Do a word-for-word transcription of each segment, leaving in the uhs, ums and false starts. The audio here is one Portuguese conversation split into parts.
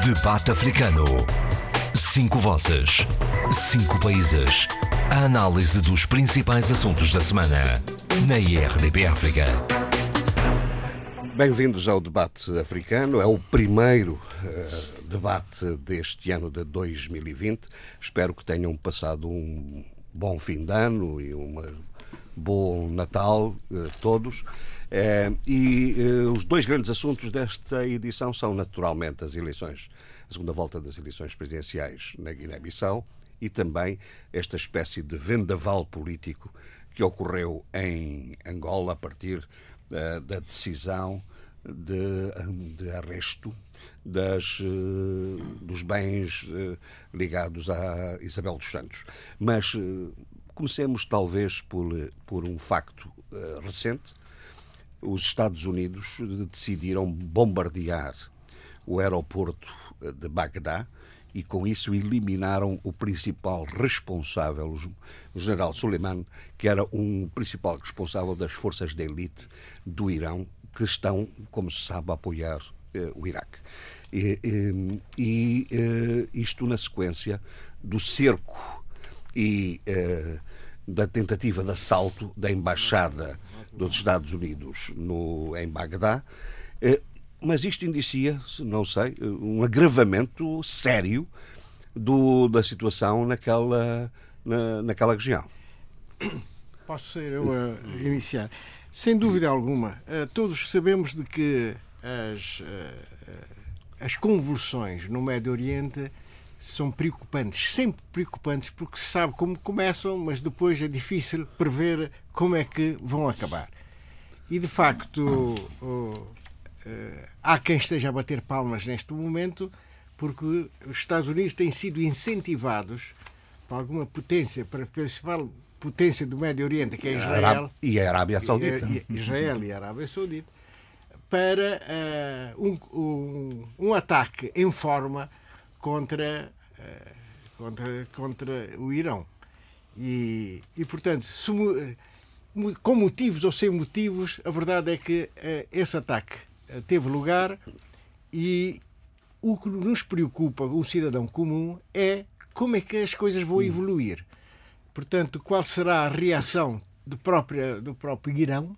Debate Africano. Cinco vozes, cinco países. A análise dos principais assuntos da semana na I R D P África. Bem-vindos ao Debate Africano. É o primeiro uh, debate deste ano de dois mil e vinte. Espero que tenham passado um bom fim de ano e um bom Natal uh, todos. Uh, e uh, os dois grandes assuntos desta edição são naturalmente as eleições, a segunda volta das eleições presidenciais na Guiné-Bissau e também esta espécie de vendaval político que ocorreu em Angola a partir uh, da decisão de, de arresto das, uh, dos bens uh, ligados a Isabel dos Santos. Mas uh, comecemos talvez por, por um facto uh, recente. Os Estados Unidos decidiram bombardear o aeroporto de Bagdá e com isso eliminaram o principal responsável, o general Soleimani, que era um principal responsável das forças de elite do Irão, que estão, como se sabe, a apoiar eh, o Iraque. E, e, e eh, isto na sequência do cerco e eh, da tentativa de assalto da embaixada dos Estados Unidos no, em Bagdá, eh, mas isto indicia, não sei, um agravamento sério do, da situação naquela, na, naquela região. Posso ser eu a iniciar? Sem dúvida alguma, todos sabemos de que as, as convulsões no Médio Oriente são preocupantes, sempre preocupantes, porque se sabe como começam, mas depois é difícil prever como é que vão acabar. E, de facto, oh, Uh, há quem esteja a bater palmas neste momento, porque os Estados Unidos têm sido incentivados por alguma potência, para a principal potência do Médio Oriente, que é Israel e a Arábia Saudita, e, e, Israel e a Arábia Saudita, para uh, um, um, um ataque em forma contra, uh, contra, contra o Irão. E, e portanto, se, com motivos ou sem motivos, a verdade é que uh, esse ataque teve lugar e o que nos preocupa, o cidadão comum, é como é que as coisas vão evoluir. Portanto, qual será a reação do próprio, do próprio Irão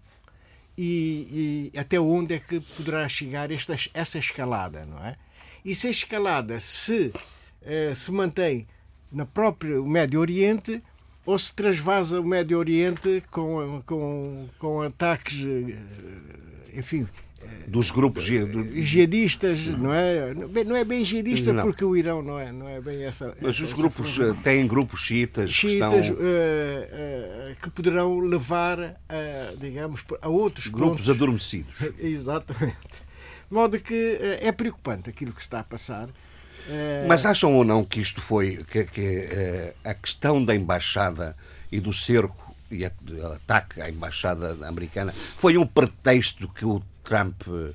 e, e até onde é que poderá chegar esta, essa escalada, não é? E se a escalada se, eh, se mantém no próprio Médio Oriente ou se transvasa o Médio Oriente com, com, com ataques, enfim, dos grupos jihadistas, não é? Não é bem jihadista, não. Porque o Irão não é, não é bem essa. Mas essa, os grupos essa têm grupos xiitas, xiitas que, estão... uh, uh, que poderão levar, a, digamos, a outros grupos pontos adormecidos. Exatamente. De modo que uh, é preocupante aquilo que está a passar. Uh... Mas acham ou não que isto foi que, que uh, a questão da embaixada e do cerco e a, o ataque à embaixada americana foi um pretexto que o Trump uh,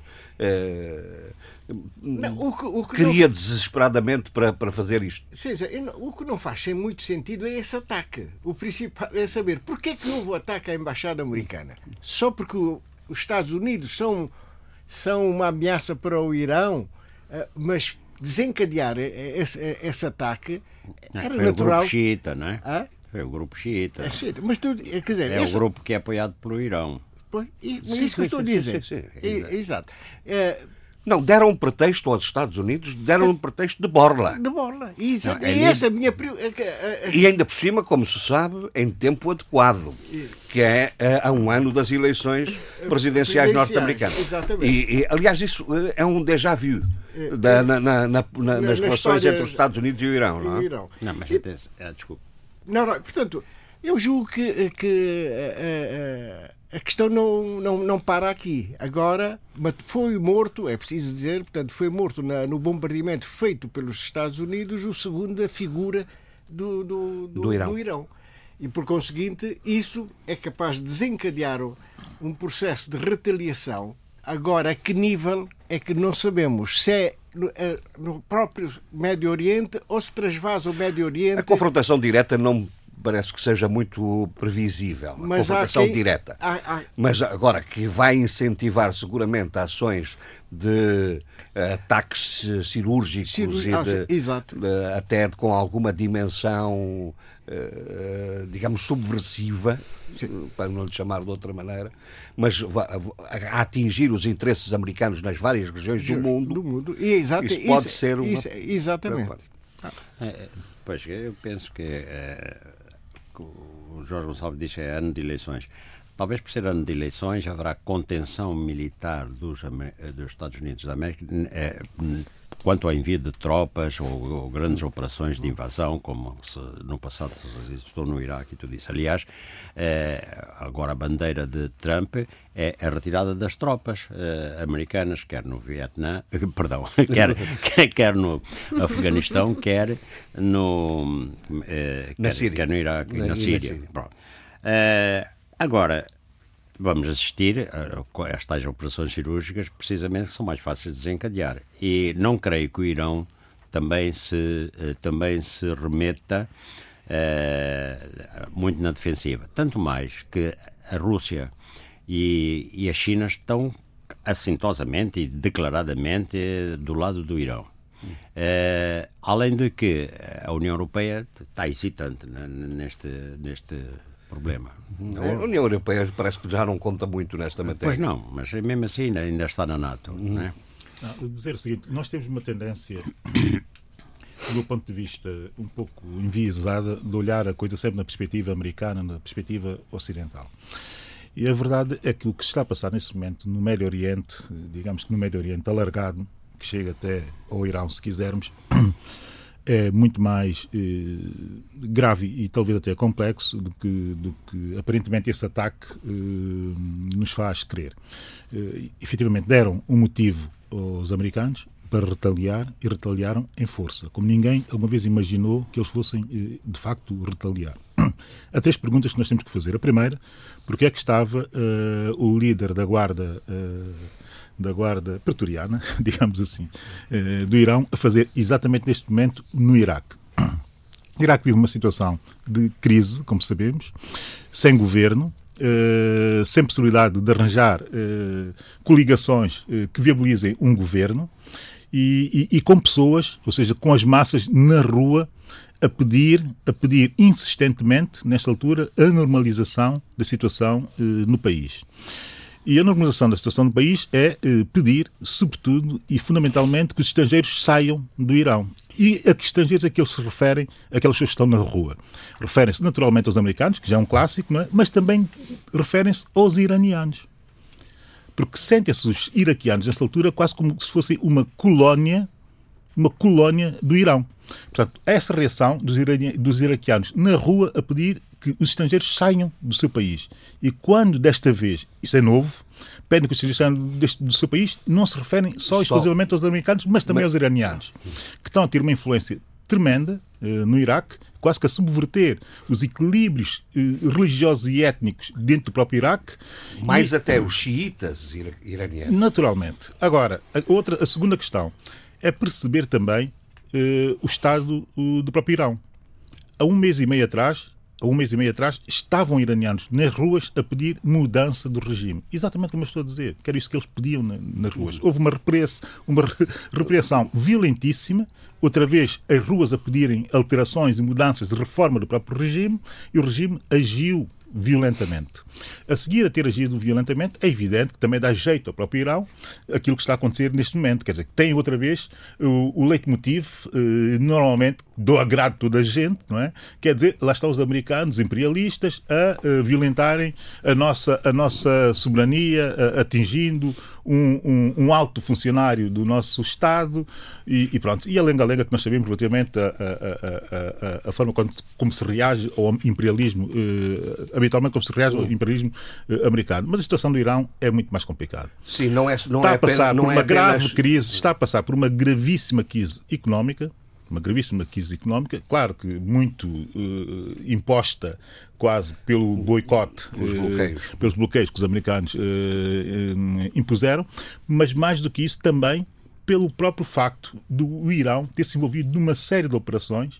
não, o que, o que queria não... desesperadamente para, para fazer isto? Sim, o que não faz muito sentido é esse ataque. O principal é saber porquê é que não houve o ataque à embaixada americana. Só porque o, os Estados Unidos são, são uma ameaça para o Irão, uh, mas desencadear esse, esse ataque era foi natural. O grupo xiita, não é? Ah? Foi o grupo xiita. É, xiita. Mas tu, quer dizer, é esse... o grupo que é apoiado pelo Irão. Pois, e, sim, isso que eu estou a dizer. Sim, sim, sim, é, exato. É, não, deram um pretexto aos Estados Unidos, deram um pretexto de borla. De borla. Exato. Não, é e mesmo... essa é a minha... E ainda por cima, como se sabe, em tempo adequado, que é a um ano das eleições presidenciais norte-americanas. Exatamente. E, e, aliás, isso é um déjà vu da, na, na, na, na, nas na relações entre os Estados Unidos e o Irão. Não, é? o Irão. não mas e... até... ah, desculpe. Não, não, portanto, eu julgo que, que a, a, a questão não, não, não para aqui. Agora, foi morto, é preciso dizer, portanto, foi morto na, no bombardeamento feito pelos Estados Unidos o segunda figura do, do, do, do, Irão. do Irão. E, por conseguinte, isso é capaz de desencadear um processo de retaliação. Agora, a que nível é que não sabemos se é no, no próprio Médio Oriente ou se transvasa o Médio Oriente. A confrontação direta não parece que seja muito previsível, a mas confrontação quem... direta. Há, há... Mas agora, que vai incentivar seguramente ações de ataques cirúrgicos, Cirurgi- e ah, de- sim, exato. de- até de- com alguma dimensão, eh, digamos, subversiva, para não lhe chamar de outra maneira, mas va- a atingir os interesses americanos nas várias regiões do mundo. Do mundo. E, exato, Isso pode ser uma- isso- exatamente. É, pois, eu penso que, é, que o Jorge Gonçalves diz que é ano de eleições. Talvez por ser ano de eleições haverá contenção militar dos, Amer- dos Estados Unidos da América é, quanto ao envio de tropas ou, ou grandes operações de invasão, como se, no passado se estou no Iraque e tudo isso. Aliás, é, agora a bandeira de Trump é a retirada das tropas é, americanas, quer no Vietnã, perdão, quer, quer, quer no Afeganistão, quer no, é, Na quer, Síria. quer no Iraque e Na- na, e na Síria. Síria. Pronto. É, agora, vamos assistir a estas operações cirúrgicas, precisamente, que são mais fáceis de desencadear. E não creio que o Irão também se, eh, também se remeta eh, muito na defensiva. Tanto mais que a Rússia e, e a China estão assintosamente e declaradamente do lado do Irão. Eh, além de que a União Europeia está hesitante né, neste, neste problema. A União Europeia parece que já não conta muito nesta matéria. Pois não, mas mesmo assim ainda, ainda está na NATO. Não é? Não, dizer o seguinte, nós temos uma tendência, do meu ponto de vista um pouco enviesada, de olhar a coisa sempre na perspectiva americana, na perspectiva ocidental. E a verdade é que o que se está a passar nesse momento no Médio Oriente, digamos que no Médio Oriente alargado, que chega até ao Irão, se quisermos, é muito mais eh, grave e talvez até complexo do que, do que aparentemente esse ataque eh, nos faz crer. Eh, efetivamente deram um motivo aos americanos para retaliar e retaliaram em força, como ninguém alguma vez imaginou que eles fossem eh, de facto retaliar. Há três perguntas que nós temos que fazer. A primeira, porque é que estava eh, o líder da guarda eh, da guarda pretoriana, digamos assim, eh, do Irão, a fazer exatamente neste momento no Iraque. O Iraque vive uma situação de crise, como sabemos, sem governo, eh, sem possibilidade de arranjar eh, coligações eh, que viabilizem um governo e, e, e com pessoas, ou seja, com as massas na rua a pedir, a pedir insistentemente, nesta altura, a normalização da situação eh, no país. E a normalização da situação do país é eh, pedir, sobretudo e fundamentalmente, que os estrangeiros saiam do Irão. E a que estrangeiros é que eles se referem, aquelas pessoas que estão na rua? Referem-se naturalmente aos americanos, que já é um clássico, não é? Mas também referem-se aos iranianos. Porque sentem-se os iraquianos, nesta altura, quase como se fosse uma colónia, uma colónia do Irão. Portanto, essa reação dos, irani- dos iraquianos na rua a pedir que os estrangeiros saiam do seu país. E quando, desta vez, isso é novo, pedem que os estrangeiros saiam deste, do seu país, não se referem só, Só. exclusivamente aos americanos, mas também Mas... aos iranianos, que estão a ter uma influência tremenda eh, no Iraque, quase que a subverter os equilíbrios eh, religiosos e étnicos dentro do próprio Iraque. Mais e, até os xiitas ira- iranianos. Naturalmente. Agora, a, outra, a segunda questão é perceber também eh, o estado uh, do próprio Irão. Há um mês e meio atrás, há um mês e meio atrás, estavam iranianos nas ruas a pedir mudança do regime. Exatamente como eu estou a dizer. Que era isso que eles pediam na, nas ruas. Houve uma, repress, uma re, repressão violentíssima, outra vez as ruas a pedirem alterações e mudanças de reforma do próprio regime, e o regime agiu violentamente. A seguir a ter agido violentamente, é evidente que também dá jeito ao próprio Irão aquilo que está a acontecer neste momento. Quer dizer, que tem outra vez o, o leitmotiv, eh, normalmente, do agrado de toda a gente, não é? Quer dizer, lá estão os americanos imperialistas a, a violentarem a nossa, a nossa soberania, a, atingindo um, um, um alto funcionário do nosso Estado e, e pronto. E a lenga-lenga que nós sabemos relativamente a, a, a, a, a forma como, como se reage ao imperialismo, eh, habitualmente como se reage ao imperialismo eh, americano. Mas a situação do Irão é muito mais complicada. Sim, não é, não está é a passar apenas, por não uma é grave apenas... crise, está a passar por uma gravíssima crise económica, uma gravíssima crise económica, claro que muito uh, imposta quase pelo boicote, Os bloqueios. uh, pelos bloqueios que os americanos uh, uh, impuseram, mas mais do que isso também pelo próprio facto do Irão ter se envolvido numa série de operações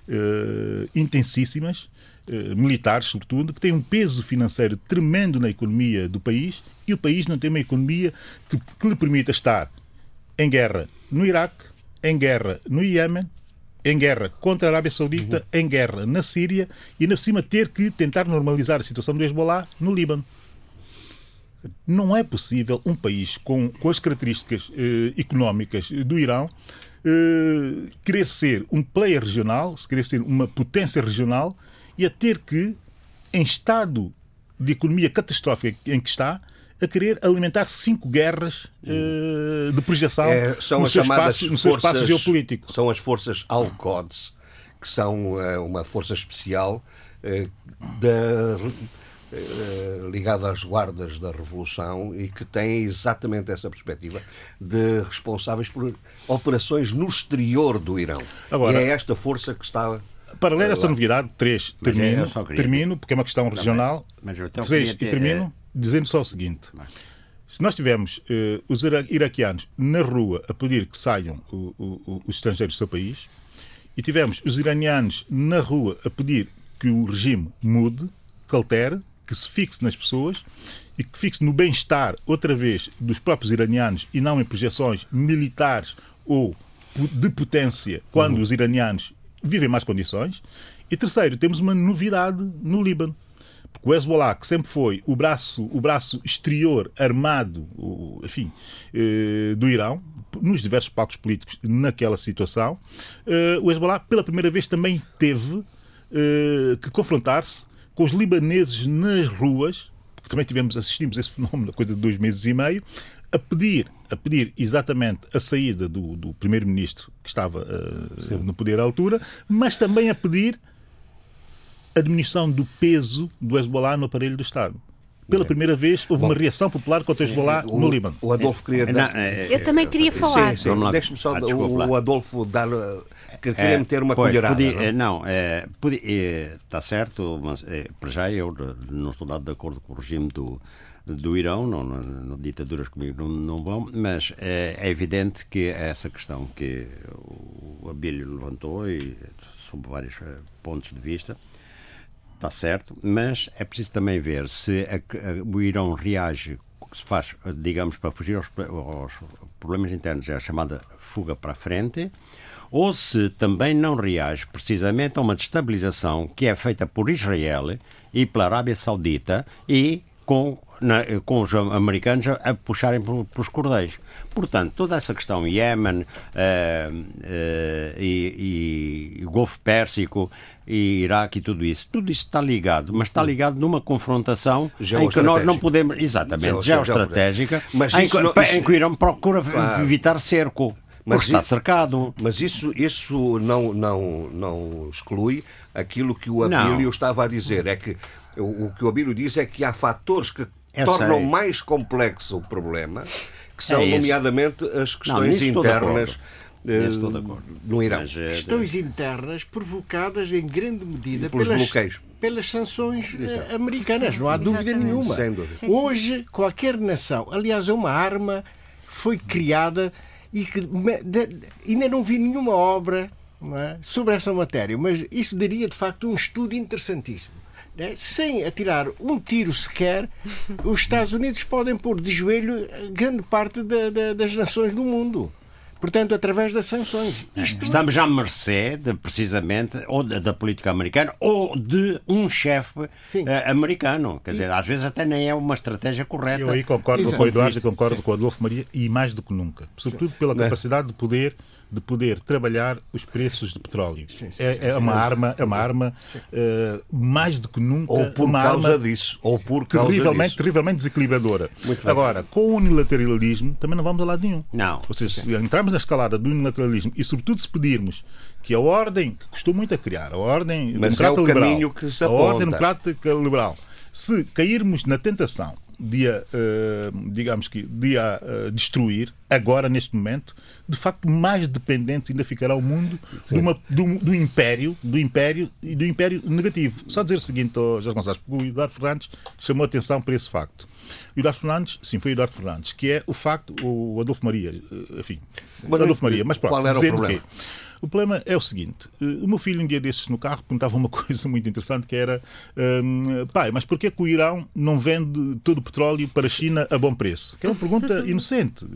uh, intensíssimas, uh, militares sobretudo, que têm um peso financeiro tremendo na economia do país, e o país não tem uma economia que, que lhe permita estar em guerra no Iraque, em guerra no Iémen, em guerra contra a Arábia Saudita, uhum. em guerra na Síria e, na cima, ter que tentar normalizar a situação do Hezbollah no Líbano. Não é possível um país com, com as características eh, económicas do Irão eh, querer ser um player regional, querer ser uma potência regional e a ter que, em estado de economia catastrófica em que está, a querer alimentar cinco guerras uh, de projeção é, são no, as seu chamadas espaço, no seu forças, espaço geopolítico. São as forças Al-Quds, que são uh, uma força especial uh, da, uh, ligada às guardas da Revolução e que tem exatamente essa perspectiva de responsáveis por operações no exterior do Irão. Agora, e é esta força que está... Para ler essa novidade, três, termino, queria... termino, porque é uma questão regional, mas eu então três, ter... e termino dizendo só o seguinte. Se nós tivermos uh, os iraquianos na rua a pedir que saiam o, o, os estrangeiros do seu país e tivermos os iranianos na rua a pedir que o regime mude, que altere, que se fixe nas pessoas e que fixe no bem-estar, outra vez, dos próprios iranianos e não em projeções militares ou de potência quando uhum. os iranianos vivem mais condições. E terceiro, temos uma novidade no Líbano. Porque o Hezbollah, que sempre foi o braço, o braço exterior armado, o, enfim, eh, do Irão, nos diversos palcos políticos naquela situação, eh, o Hezbollah, pela primeira vez, também teve eh, que confrontar-se com os libaneses nas ruas, porque também tivemos, assistimos a esse fenómeno, coisa de dois meses e meio, a pedir, a pedir exatamente a saída do, do primeiro-ministro que estava uh, no poder à altura, mas também a pedir a diminuição do peso do Hezbollah no aparelho do Estado. Pela primeira vez houve Bom, uma reação popular contra o Hezbollah o, no Líbano. O Adolfo queria dar... Não, eu também queria falar. Sim, sim. Deixe-me só ah, o, o Adolfo dar... que queria é, meter uma pois, colherada. Podia, não, é, podia, é, está certo, mas é, para já eu não estou nada de acordo com o regime do, do Irão, não, não, não, ditaduras comigo não, não vão, mas é, é evidente que essa questão que o Abílio levantou, e sob vários pontos de vista, está certo, mas é preciso também ver se a, a, o Irão reage, se faz, digamos, para fugir aos, aos problemas internos, é a chamada fuga para a frente, ou se também não reage precisamente a uma destabilização que é feita por Israel e pela Arábia Saudita e com, na, com os americanos a, a puxarem pelos cordeiros. Portanto, toda essa questão Iémen uh, uh, e, e Golfo Pérsico e Iraque e tudo isso, tudo isso está ligado, mas está ligado numa confrontação em que nós não podemos, exatamente, geoestratégica, mas em, isso não, isso... em que o Irão procura ah, evitar cerco, mas porque está cercado. Mas isso, isso não, não, não exclui aquilo que o Abílio estava a dizer, é que o, o que o Abílio diz é que há fatores que Eu tornam sei. mais complexo o problema, que são, é nomeadamente, as questões não, internas uh, no Irão. Mas, uh, questões internas provocadas em grande medida pelos pelas, bloqueios. pelas sanções uh, americanas, não há dúvida Exatamente. nenhuma. Sem dúvida. Sim, sim. Hoje, qualquer nação, aliás, é uma arma foi criada e que de, de, ainda não vi nenhuma obra, não é, sobre essa matéria, mas isso daria, de facto, um estudo interessantíssimo. Né? Sem atirar um tiro sequer, os Estados Unidos podem pôr de joelho grande parte da, da, das nações do mundo. Portanto, através das sanções. Isto... Estamos à mercê, de, precisamente, ou da, da política americana, ou de um chefe uh, americano. Quer dizer, às vezes até nem é uma estratégia correta. Eu aí concordo Exato. com o Eduardo e Sim. concordo Sim. com o Adolfo Maria, e mais do que nunca. Sobretudo pela Sim. capacidade de poder, de poder trabalhar os preços de petróleo. Sim, sim, é, sim, é sim. uma arma, é uma arma uh, mais do que nunca. Ou por uma causa arma disso. Ou por causa terrivelmente, disso. terrivelmente desequilibradora. Muito bem. Agora, com o unilateralismo, também não vamos a lado nenhum. Não. Ou seja, se entrarmos na escalada do unilateralismo e, sobretudo, se pedirmos que a ordem, que custou muito a criar, a ordem Mas democrata é o liberal, caminho que se a aponta. ordem democrática liberal, se cairmos na tentação de a, uh, digamos que, de a uh, destruir, agora, neste momento, de facto, mais dependente ainda ficará o mundo de uma, do, do império, do império e do império negativo. Só dizer o seguinte, oh, Jorge Gonçalves, porque o Eduardo Fernandes chamou a atenção para esse facto. O Eduardo Fernandes, sim, foi o Eduardo Fernandes, que é o facto, o Adolfo Maria, enfim, Mas, Adolfo Maria, mas pronto, qual era o dizendo problema? que o problema é o seguinte, o meu filho um dia desses no carro perguntava uma coisa muito interessante, que era, hum, pai, mas porquê que o Irão não vende todo o petróleo para a China a bom preço? Que é uma pergunta inocente.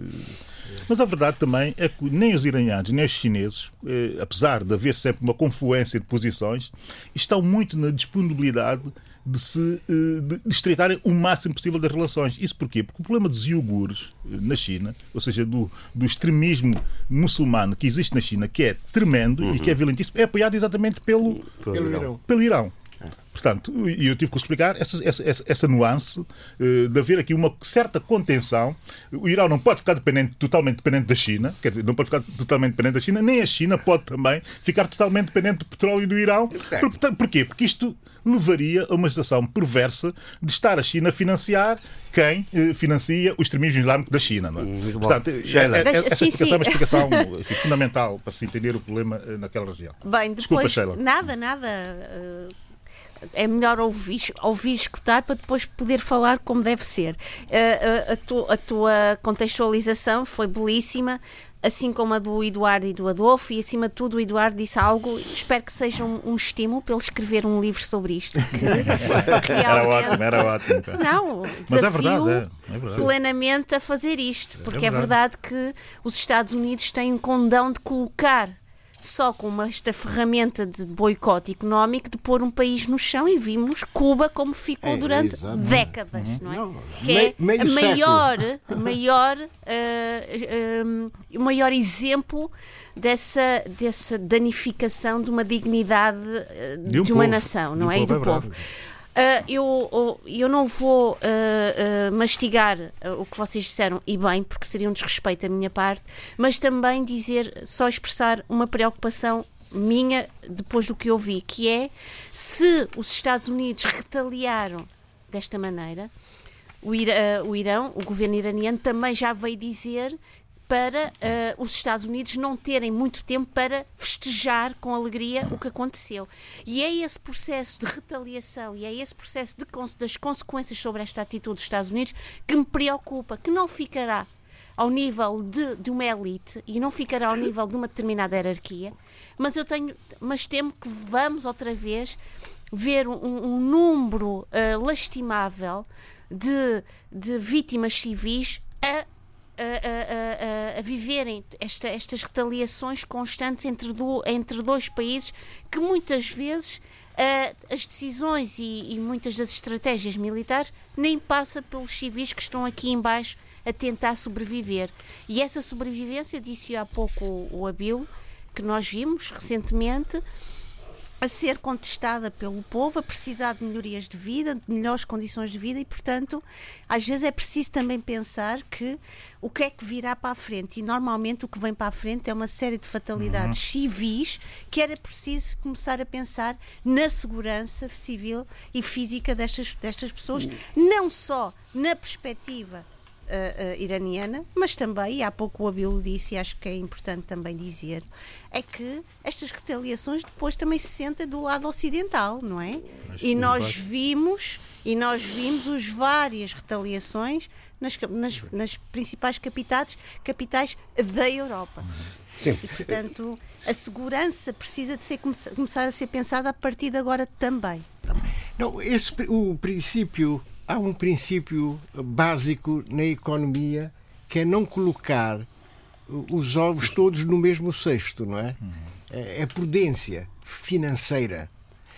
Mas a verdade também é que nem os iranianos nem os chineses, eh, apesar de haver sempre uma confluência de posições, estão muito na disponibilidade de se eh, de estreitarem o máximo possível das relações. Isso porquê? Porque o problema dos iogures na China, ou seja, do, do extremismo muçulmano que existe na China, que é tremendo uhum. e que é violentíssimo, é apoiado exatamente pelo, pelo Irão. Pelo Irão. Portanto, e eu tive que explicar essa, essa, essa nuance uh, de haver aqui uma certa contenção. O Irão não pode ficar dependente, totalmente dependente da China, quer dizer, não pode ficar totalmente dependente da China, nem a China pode também ficar totalmente dependente do petróleo do Irão. Por, porquê? Porque isto levaria a uma situação perversa de estar a China a financiar quem uh, financia o extremismo islâmico da China. Não é? Portanto, é, é, é, essa sim, explicação sim. é uma explicação enfim, fundamental para se entender o problema uh, naquela região. Bem, depois, Desculpa, Sheila. Nada, nada... Uh... É melhor ouvir, ouvir, escutar para depois poder falar como deve ser. A, a, a, tu, a tua contextualização foi belíssima, assim como a do Eduardo e do Adolfo, e acima de tudo o Eduardo disse algo, espero que seja um, um estímulo para ele escrever um livro sobre isto. Que, que era ótimo, era ótimo. Não, desafio Mas é verdade, é, é verdade. plenamente a fazer isto, porque é verdade. é verdade que os Estados Unidos têm um condão de colocar só com esta ferramenta de boicote económico de pôr um país no chão, e vimos Cuba como ficou é, durante exato. décadas, não é? Não, que é meio a maior, século. maior, uh, um, o maior exemplo dessa, dessa danificação de uma dignidade uh, de, um de uma povo, nação, não um é? E do é povo. Uh, eu, eu não vou uh, uh, mastigar uh, o que vocês disseram, e bem, porque seria um desrespeito da minha parte, mas também dizer, só expressar uma preocupação minha depois do que eu vi, que é, se os Estados Unidos retaliaram desta maneira, o, Ira, uh, o Irão, o governo iraniano também já veio dizer para uh, os Estados Unidos não terem muito tempo para festejar com alegria o que aconteceu. E é esse processo de retaliação e é esse processo de, das consequências sobre esta atitude dos Estados Unidos que me preocupa, que não ficará ao nível de, de uma elite e não ficará ao nível de uma determinada hierarquia, mas eu tenho, mas temo que vamos outra vez ver um, um número uh, lastimável de, de vítimas civis a A, a, a, a viverem esta, estas retaliações constantes entre, do, entre dois países que muitas vezes uh, as decisões e, e muitas das estratégias militares nem passa pelos civis que estão aqui em baixo a tentar sobreviver. E essa sobrevivência, disse há pouco o, o Abílio, que nós vimos recentemente, a ser contestada pelo povo, a precisar de melhorias de vida, de melhores condições de vida, e, portanto, às vezes é preciso também pensar que o que é que virá para a frente, e normalmente o que vem para a frente é uma série de fatalidades uhum. civis, que era preciso começar a pensar na segurança civil e física destas, destas pessoas, uhum. não só na perspectiva Uh, uh, iraniana, mas também, e há pouco o Abílio disse, e acho que é importante também dizer, é que estas retaliações depois também se sentem do lado ocidental, não é? Mas e nós vimos e nós vimos os várias retaliações nas, nas, nas principais capitais, capitais da Europa. Sim. E, portanto, a segurança precisa de ser, começar a ser pensada a partir de agora também. Não, esse, o princípio Há um princípio básico na economia, que é não colocar os ovos todos no mesmo cesto, não é? É a prudência financeira.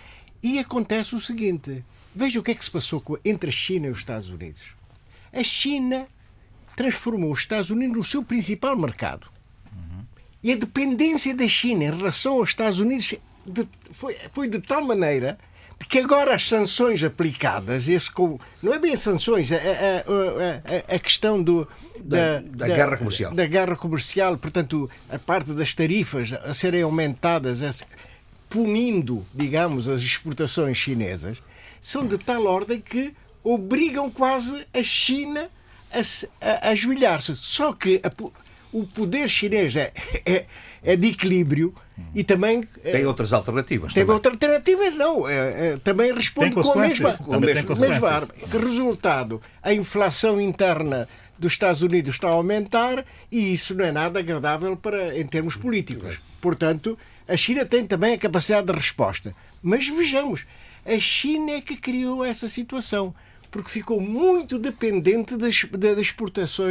E acontece o seguinte, veja o que é que se passou entre a China e os Estados Unidos. A China transformou os Estados Unidos no seu principal mercado. E a dependência da China em relação aos Estados Unidos de, foi, foi de tal maneira que agora as sanções aplicadas, esse, não é bem as sanções, a, a, a, a questão do, da, da, da guerra comercial. Da guerra comercial, portanto, a parte das tarifas a serem aumentadas, a, punindo, digamos, as exportações chinesas, são de tal ordem que obrigam quase a China a, a, a ajoelhar-se. Só que a, o poder chinês é, é, é de equilíbrio e também... Tem outras alternativas. Tem também. outras alternativas, não. É, é, também responde com a mesma, com a mesma, mesma arma. Resultado, a inflação interna dos Estados Unidos está a aumentar e isso não é nada agradável para, em termos políticos. Portanto, a China tem também a capacidade de resposta. Mas vejamos, a China é que criou essa situação, porque ficou muito dependente das, das exportações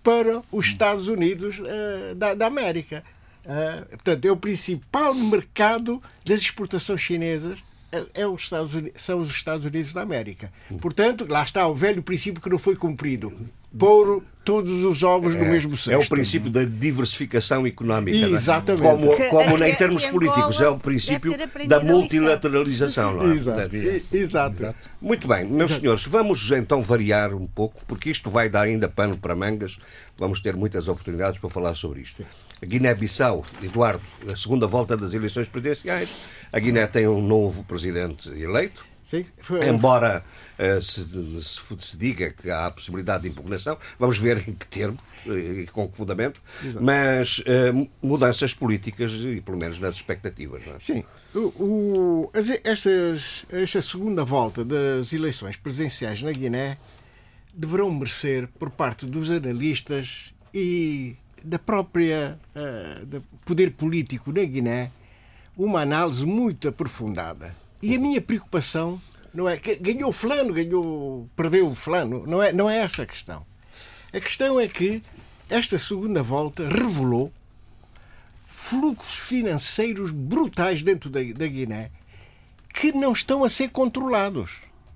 para os Estados Unidos uh, da, da América. Uh, portanto, é o principal mercado das exportações chinesas, é os Estados Unidos, são os Estados Unidos da América. Portanto, lá está o velho princípio que não foi cumprido. Pôr todos os ovos no é, mesmo cesto. É o princípio da diversificação económica. Exatamente. Não é? Como, Que, como que, em termos que políticos, é o princípio da multilateralização. Não é? Exato. Exato. Muito bem, meus Exato. senhores, vamos então variar um pouco, porque isto vai dar ainda pano para mangas. Vamos ter muitas oportunidades para falar sobre isto. A Guiné-Bissau, Eduardo, a segunda volta das eleições presidenciais. A Guiné tem um novo presidente eleito. Sim, foi... Embora uh, se, se, se diga que há a possibilidade de impugnação, vamos ver em que termos e com que fundamento, Exato. mas uh, mudanças políticas e pelo menos nas expectativas. Não é? Sim, o, o, as, estas, esta segunda volta das eleições presidenciais na Guiné deverão merecer, por parte dos analistas e da própria uh, do poder político na Guiné, uma análise muito aprofundada. E a minha preocupação não é que ganhou fulano, ganhou, perdeu o fulano, não é, não é essa a questão. A questão é que esta segunda volta revelou fluxos financeiros brutais dentro da, da Guiné que não estão a ser controlados.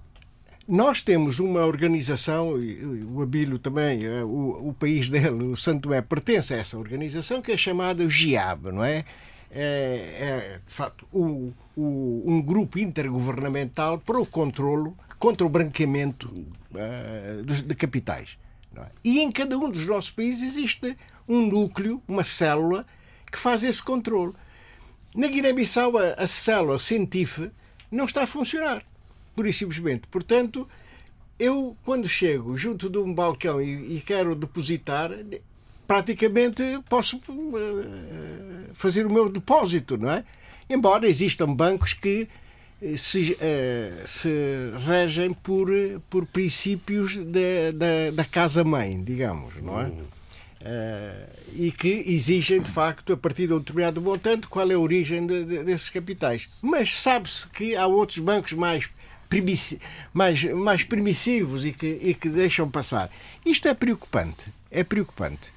Nós temos uma organização, e o Abílio também, o, o país dele, o Santo Tomé, pertence a essa organização, que é chamada G I A B, não é? É, é de facto, o, o, um grupo intergovernamental para o controlo, contra o branqueamento uh, de, de capitais. Não é? E em cada um dos nossos países existe um núcleo, uma célula, que faz esse controle. Na Guiné-Bissau, a, a célula, o CENTIF, não está a funcionar. Pura e simplesmente. Portanto, eu, quando chego junto de um balcão e, e quero depositar, praticamente posso uh, fazer o meu depósito, não é? Embora existam bancos que se, uh, se regem por, por princípios da, da, da casa-mãe, digamos, não é? Uh, e que exigem, de facto, a partir de um determinado montante, qual é a origem de, de, desses capitais. Mas sabe-se que há outros bancos mais mais, mais permissivos e que, e que deixam passar. Isto é preocupante. É preocupante.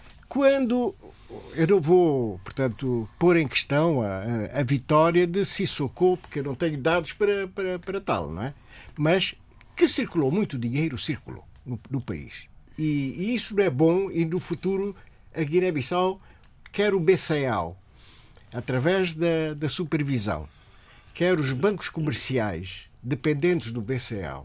Quando eu não vou, portanto, pôr em questão a, a, a vitória de Sissoko, porque eu não tenho dados para, para, para tal, não é? Mas que circulou muito dinheiro, circulou no, no país. E, e isso não é bom, e no futuro a Guiné-Bissau quer o B C A O, através da, da supervisão, quer os bancos comerciais dependentes do B C A O,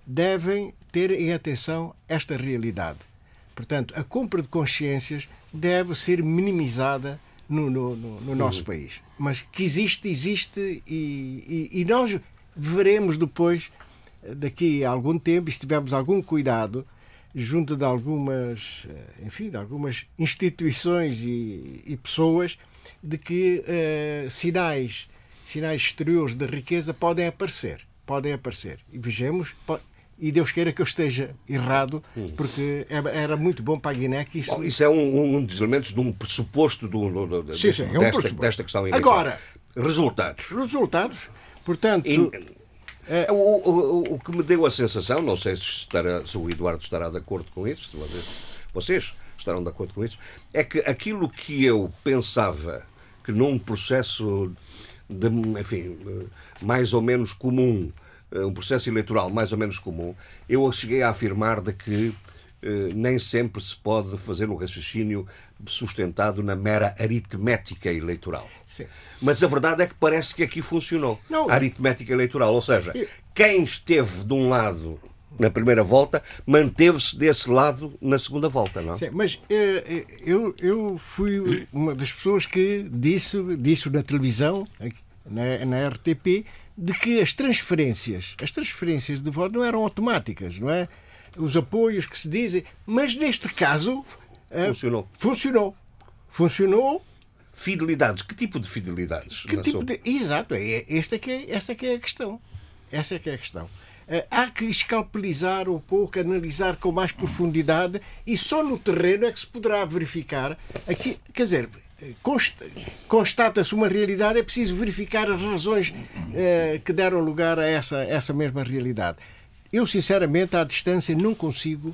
devem ter em atenção esta realidade. Portanto, a compra de consciências deve ser minimizada no, no, no, no nosso uhum. país. Mas que existe, existe e, e, e nós veremos depois, daqui a algum tempo, e se tivermos algum cuidado, junto de algumas, enfim, de algumas instituições e, e pessoas, de que uh, sinais, sinais exteriores de riqueza podem aparecer. Podem aparecer. E vejamos, pode, e Deus queira que eu esteja errado, porque era muito bom para a Guiné que isso... Bom, isso é um, um dos elementos de um pressuposto do, do, do, sim, sim, é um desta, pressuposto. desta questão. Agora, resultados. Resultados, portanto... E, é... o, o, o que me deu a sensação, não sei se, estará, se o Eduardo estará de acordo com isso, se vocês estarão de acordo com isso, é que aquilo que eu pensava que num processo de, enfim, mais ou menos comum, um processo eleitoral mais ou menos comum, eu cheguei a afirmar de que eh, nem sempre se pode fazer um raciocínio sustentado na mera aritmética eleitoral. Sim. Mas a verdade é que parece que aqui funcionou. Não. A aritmética eleitoral, ou seja, eu... quem esteve de um lado na primeira volta manteve-se desse lado na segunda volta, não? Sim, mas eh, eu, eu fui uma das pessoas que disse, disse na televisão, na, na R T P, de que as transferências, as transferências de voto não eram automáticas, não é? Os apoios que se dizem, mas neste caso funcionou. Funcionou. Funcionou. Fidelidades. Que tipo de fidelidades? Que tipo de... Exato. É, esta, é que é, esta é que é a questão. Essa é que é a questão. Há que escalpelizar um pouco, analisar com mais profundidade e só no terreno é que se poderá verificar aqui, quer dizer, constata-se uma realidade, é preciso verificar as razões eh, que deram lugar a essa, essa mesma realidade. Eu, sinceramente, à distância, não consigo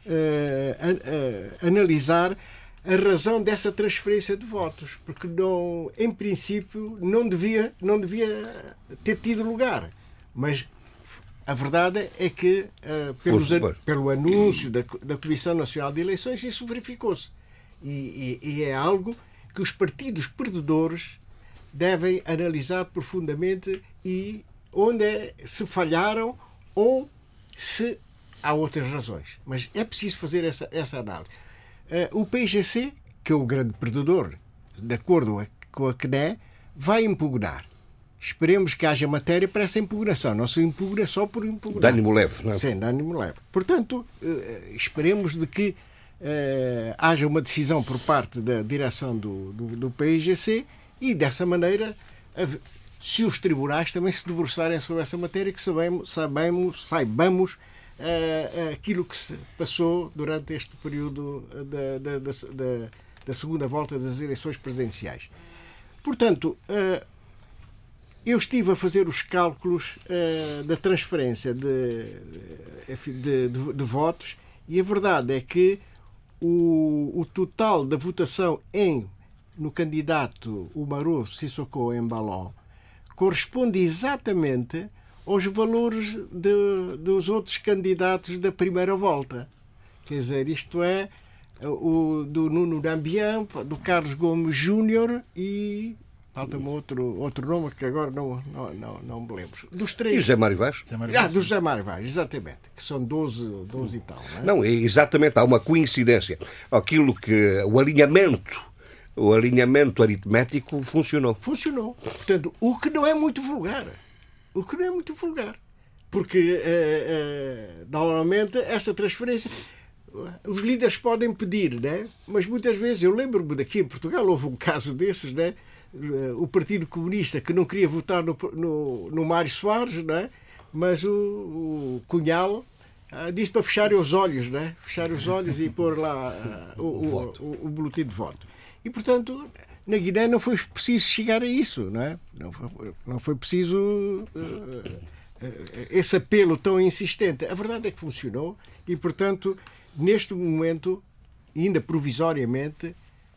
uh, uh, analisar a razão dessa transferência de votos, porque não, em princípio não devia, não devia ter tido lugar. Mas a verdade é que, uh, pelos, pelo anúncio da, da Comissão Nacional de Eleições, isso verificou-se. E, e, e é algo que os partidos perdedores devem analisar profundamente e onde é, se falharam ou se há outras razões. Mas é preciso fazer essa, essa análise. Uh, o P I G C, que é o grande perdedor, de acordo com a C N E, vai impugnar. Esperemos que haja matéria para essa impugnação. Não se impugna só por impugnar. De ânimo leve, não é? Sim, de ânimo leve. Portanto, uh, esperemos de que uh, haja uma decisão por parte da direção do, do, do P I G C e, dessa maneira, uh, se os tribunais também se debruçarem sobre essa matéria, que sabemos, sabemos, saibamos Uh, aquilo que se passou durante este período da, da, da, da, da segunda volta das eleições presidenciais. Portanto, uh, eu estive a fazer os cálculos uh, da transferência de, de, de, de votos e a verdade é que o, o total da votação em, no candidato Umaru Sissoko Embalo corresponde exatamente aos valores de, dos outros candidatos da primeira volta. Quer dizer, isto é o do Nuno Nambian, do Carlos Gomes Júnior e falta-me outro, outro nome que agora não, não, não, não me lembro. Dos três. E José Mário Vaz? Ah, do José Mário Vaz, exatamente. Que são doze, doze e tal. Não, é? Não, exatamente, há uma coincidência. Aquilo que o alinhamento, o alinhamento aritmético funcionou. Funcionou. Portanto, o que não é muito vulgar. O que não é muito vulgar. Porque, uh, uh, normalmente, essa transferência, os líderes podem pedir, né? Mas muitas vezes, eu lembro-me daqui em Portugal, houve um caso desses, né? Uh, o Partido Comunista que não queria votar no, no, no Mário Soares, né? Mas o, o Cunhal uh, disse para fecharem os olhos, né? Fechar os olhos e pôr lá uh, o, o, o, o boletim de voto. E, portanto, na Guiné não foi preciso chegar a isso, não é? Não foi, não foi preciso uh, uh, esse apelo tão insistente. A verdade é que funcionou e, portanto, neste momento, ainda provisoriamente,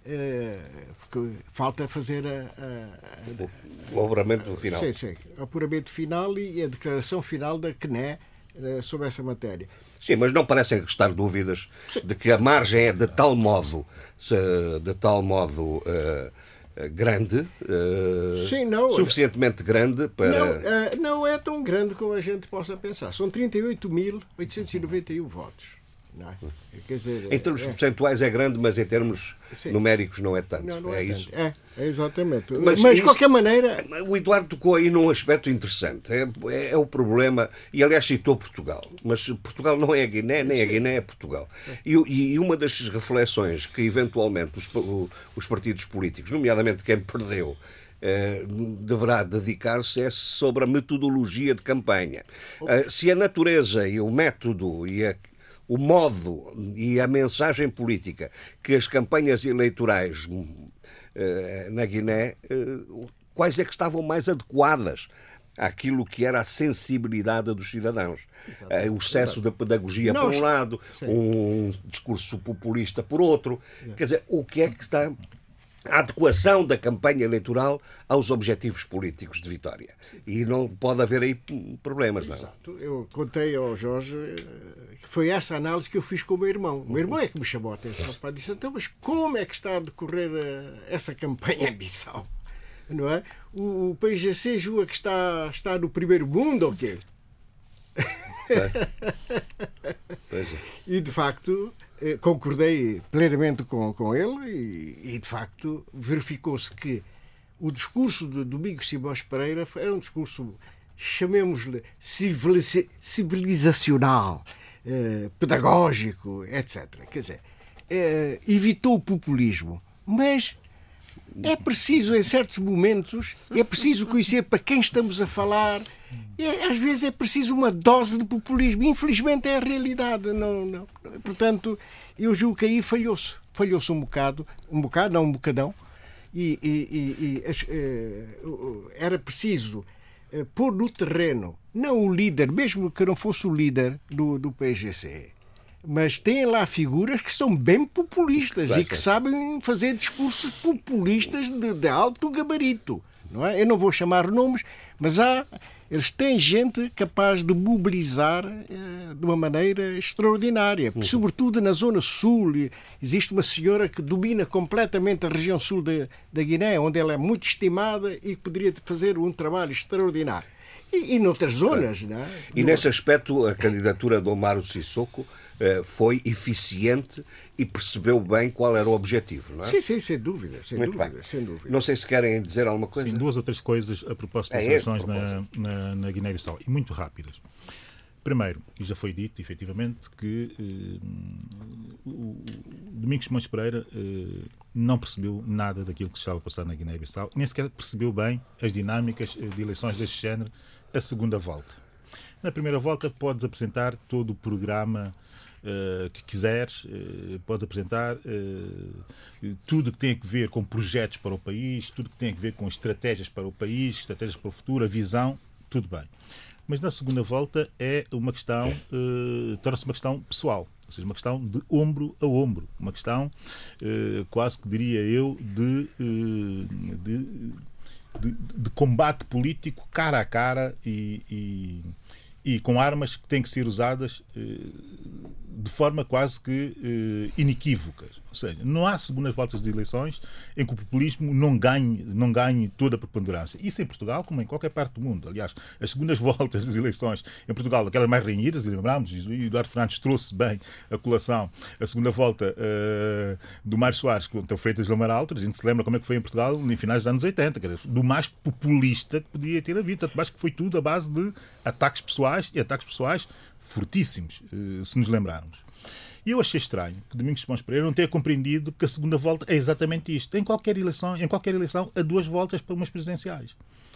uh, falta fazer a, a, a, o apuramento final. Sim, sim. O apuramento final e a declaração final da C N E uh, sobre essa matéria. Sim, mas não parecem restar dúvidas Sim. de que a margem é de tal modo, de tal modo uh, grande, uh, Sim, não, suficientemente grande para... Não, uh, não é tão grande como a gente possa pensar. São trinta e oito mil oitocentos e noventa e um votos. Não é? Quer dizer, em termos é, percentuais é grande, mas em termos Sim. numéricos não é tanto. Não, não é, é isso. É, é exatamente. Mas, mas de isso, qualquer maneira... O Eduardo tocou aí num aspecto interessante. É, é, é o problema, e aliás citou Portugal, mas Portugal não é a Guiné, nem Sim. a Guiné é Portugal. E, e uma das reflexões que eventualmente os, os partidos políticos, nomeadamente quem perdeu, Eh, deverá dedicar-se é sobre a metodologia de campanha. Eh, se a natureza e o método e a, o modo e a mensagem política que as campanhas eleitorais eh, na Guiné, eh, quais é que estavam mais adequadas àquilo que era a sensibilidade dos cidadãos. Eh, o excesso da pedagogia Nós, por um lado, sim. um discurso populista por outro. Sim. Quer dizer, o que é que está... a adequação da campanha eleitoral aos objetivos políticos de Vitória. E não pode haver aí problemas, não é? Exato. Eu contei ao Jorge que foi essa análise que eu fiz com o meu irmão. O meu irmão é que me chamou a atenção. Para disse, então, mas como é que está a decorrer essa campanha em Bissau? Não é? O, o P I G C julga que está, está no primeiro mundo ou quê? É. Pois é. E, de facto... concordei plenamente com, com ele e, e, de facto, verificou-se que o discurso de Domingos Simões Pereira era um discurso, chamemos-lhe, civilizacional, eh, pedagógico, etcétera. Quer dizer, eh, evitou o populismo, mas é preciso, em certos momentos, é preciso conhecer para quem estamos a falar. É, às vezes é preciso uma dose de populismo. Infelizmente é a realidade. Não, não. Portanto, eu julgo que aí falhou-se. Falhou-se um bocado, um bocado, não um bocadão. E, e, e, e eh, era preciso eh, pôr no terreno, não o líder, mesmo que não fosse o líder do, do P I G C, mas têm lá figuras que são bem populistas Claro, e que sim. sabem fazer discursos populistas de, de alto gabarito. Não é? Eu não vou chamar nomes, mas há, eles têm gente capaz de mobilizar eh, de uma maneira extraordinária. Uhum. Sobretudo na zona sul. Existe uma senhora que domina completamente a região sul da, da Guiné, onde ela é muito estimada e poderia fazer um trabalho extraordinário. E, e noutras zonas, não é? E nesse aspecto, a candidatura de Omaro Sissoko eh, foi eficiente e percebeu bem qual era o objetivo, não é? Sim, sim, sem dúvida, sem Muito dúvida, bem. sem dúvida. Não sei se querem dizer alguma coisa. Sim, duas ou três coisas a propósito das É esse, eleições a na, na, na Guiné-Bissau, e muito rápidas. Primeiro, e já foi dito, efetivamente, que eh, o, o Domingos Simões Pereira eh, não percebeu nada daquilo que estava a passar na Guiné-Bissau, nem sequer percebeu bem as dinâmicas de eleições deste género a segunda volta. Na primeira volta podes apresentar todo o programa uh, que quiseres, uh, podes apresentar uh, tudo que tem a ver com projetos para o país, tudo que tem a ver com estratégias para o país, estratégias para o futuro, a visão, tudo bem. Mas na segunda volta é uma questão, uh, torna-se uma questão pessoal, ou seja, uma questão de ombro a ombro, uma questão uh, quase que diria eu de, uh, de De, de combate político cara a cara e, e, e com armas que têm que ser usadas eh, de forma quase que eh, inequívocas. Ou seja, não há segundas voltas de eleições em que o populismo não ganhe, não ganhe toda a preponderância. Isso em Portugal, como em qualquer parte do mundo. Aliás, as segundas voltas das eleições em Portugal, aquelas mais renhidas, e lembramos, e o Eduardo Fernandes trouxe bem a colação, a segunda volta uh, do Mário Soares contra o Freitas do Amaral, a gente se lembra como é que foi em Portugal em finais dos anos oitenta, quer dizer, do mais populista que podia ter havido, tanto mais que foi tudo à base de ataques pessoais e ataques pessoais fortíssimos, uh, se nos lembrarmos. E eu achei estranho que Domingos Simões Pereira não tenha compreendido que a segunda volta é exatamente isto. Em qualquer eleição, em qualquer eleição há duas voltas para umas presidenciais.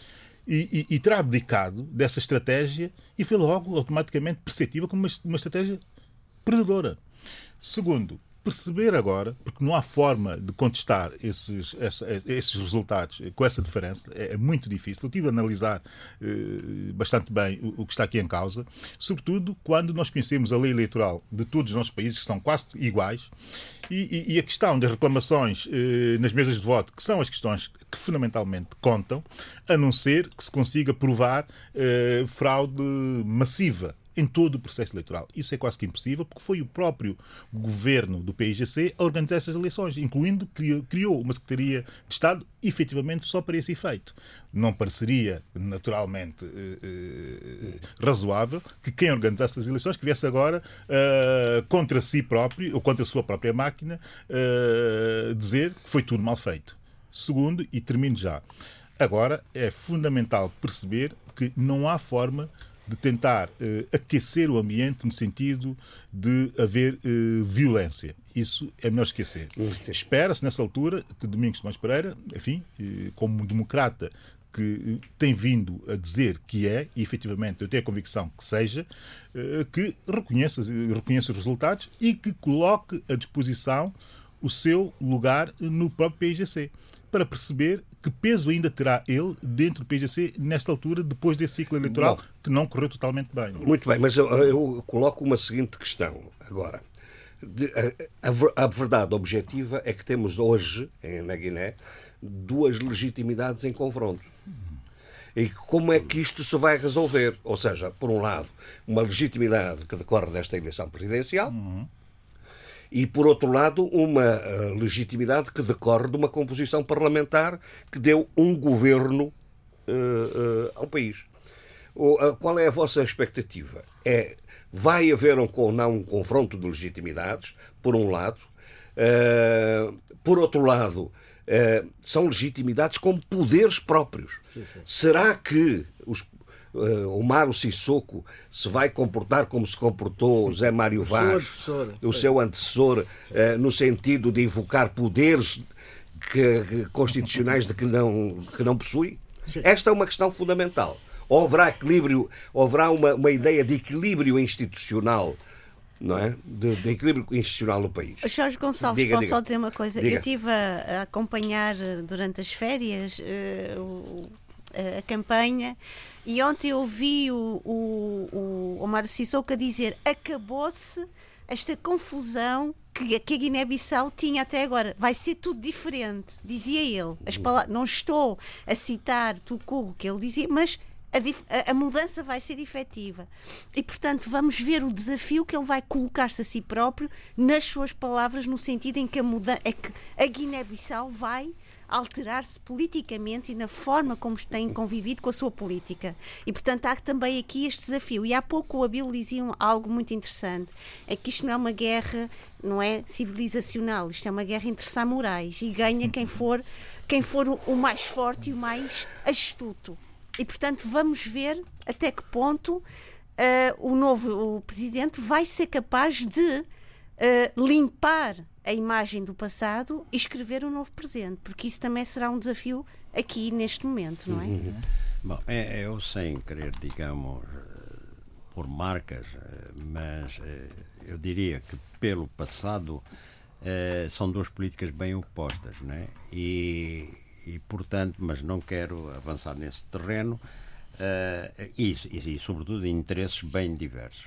E, e, e terá abdicado dessa estratégia e foi logo automaticamente perceptível como uma, uma estratégia perdedora. Segundo, perceber agora, porque não há forma de contestar esses, essa, esses resultados com essa diferença, é, é muito difícil. Eu tive a analisar eh, bastante bem o, o que está aqui em causa, sobretudo quando nós conhecemos a lei eleitoral de todos os nossos países, que são quase iguais, e, e, e a questão das reclamações eh, nas mesas de voto, que são as questões que fundamentalmente contam, a não ser que se consiga provar eh, fraude massiva em todo o processo eleitoral. Isso é quase que impossível, porque foi o próprio governo do P I G C a organizar essas eleições, incluindo, criou, criou uma Secretaria de Estado, efetivamente, só para esse efeito. Não pareceria, naturalmente, eh, eh, razoável que quem organizasse as eleições que viesse agora eh, contra si próprio, ou contra a sua própria máquina, eh, dizer que foi tudo mal feito. Segundo, e termino já, agora é fundamental perceber que não há forma de tentar uh, aquecer o ambiente no sentido de haver uh, violência. Isso é melhor esquecer. Espera-se, nessa altura, que Domingos Simões Pereira, enfim, uh, como democrata que uh, tem vindo a dizer que é, e efetivamente eu tenho a convicção que seja, uh, que reconheça, reconheça os resultados e que coloque à disposição o seu lugar no próprio P I G C, para perceber que peso ainda terá ele dentro do P I G C nesta altura, depois desse ciclo eleitoral Bom, que não correu totalmente bem. Muito bem, mas eu, eu coloco uma seguinte questão agora. De, a, a, a verdade objetiva é que temos hoje, na Guiné, duas legitimidades em confronto. E como é que isto se vai resolver? Ou seja, por um lado, uma legitimidade que decorre desta eleição presidencial, uhum. E, por outro lado, uma uh, legitimidade que decorre de uma composição parlamentar que deu um governo uh, uh, ao país. O, uh, qual é a vossa expectativa? É, vai haver um, ou não um confronto de legitimidades, por um lado. Uh, por outro lado, uh, são legitimidades com poderes próprios. Sim, sim. Será que os Uh, o Omaro Sissoko se vai comportar como se comportou o Zé Mário Vaz, seu antecessor, o seu antecessor uh, no sentido de invocar poderes que, que, constitucionais de que não, que não possui? Sim. Esta é uma questão fundamental. Ou haverá equilíbrio, ou haverá uma, uma ideia de equilíbrio institucional, não é? De, de equilíbrio institucional no país. Jorge Gonçalves, diga, posso diga. só dizer uma coisa? Diga. Eu estive a, a acompanhar durante as férias uh, o, a, a campanha. E ontem eu ouvi o, o, o Omaro Sissoko a dizer acabou-se esta confusão que, que a Guiné-Bissau tinha até agora. Vai ser tudo diferente, dizia ele. As palavras, não estou a citar Tucurro que ele dizia, mas a, a, a mudança vai ser efetiva. E, portanto, vamos ver o desafio que ele vai colocar-se a si próprio nas suas palavras, no sentido em que a, muda, é que a Guiné-Bissau vai alterar-se politicamente e na forma como tem convivido com a sua política. E, portanto, há também aqui este desafio. E há pouco o Abílio dizia algo muito interessante, é que isto não é uma guerra, não é civilizacional, isto é uma guerra entre samurais e ganha quem for, quem for o mais forte e o mais astuto. E, portanto, vamos ver até que ponto uh, o novo o presidente vai ser capaz de uh, limpar a imagem do passado e escrever um novo presente, porque isso também será um desafio aqui neste momento, não é? Uhum. Bom, é, eu sem querer, digamos, por marcas, mas eu diria que pelo passado são duas políticas bem opostas, não é? E, e portanto, mas não quero avançar nesse terreno e, e, e sobretudo, interesses bem diversos.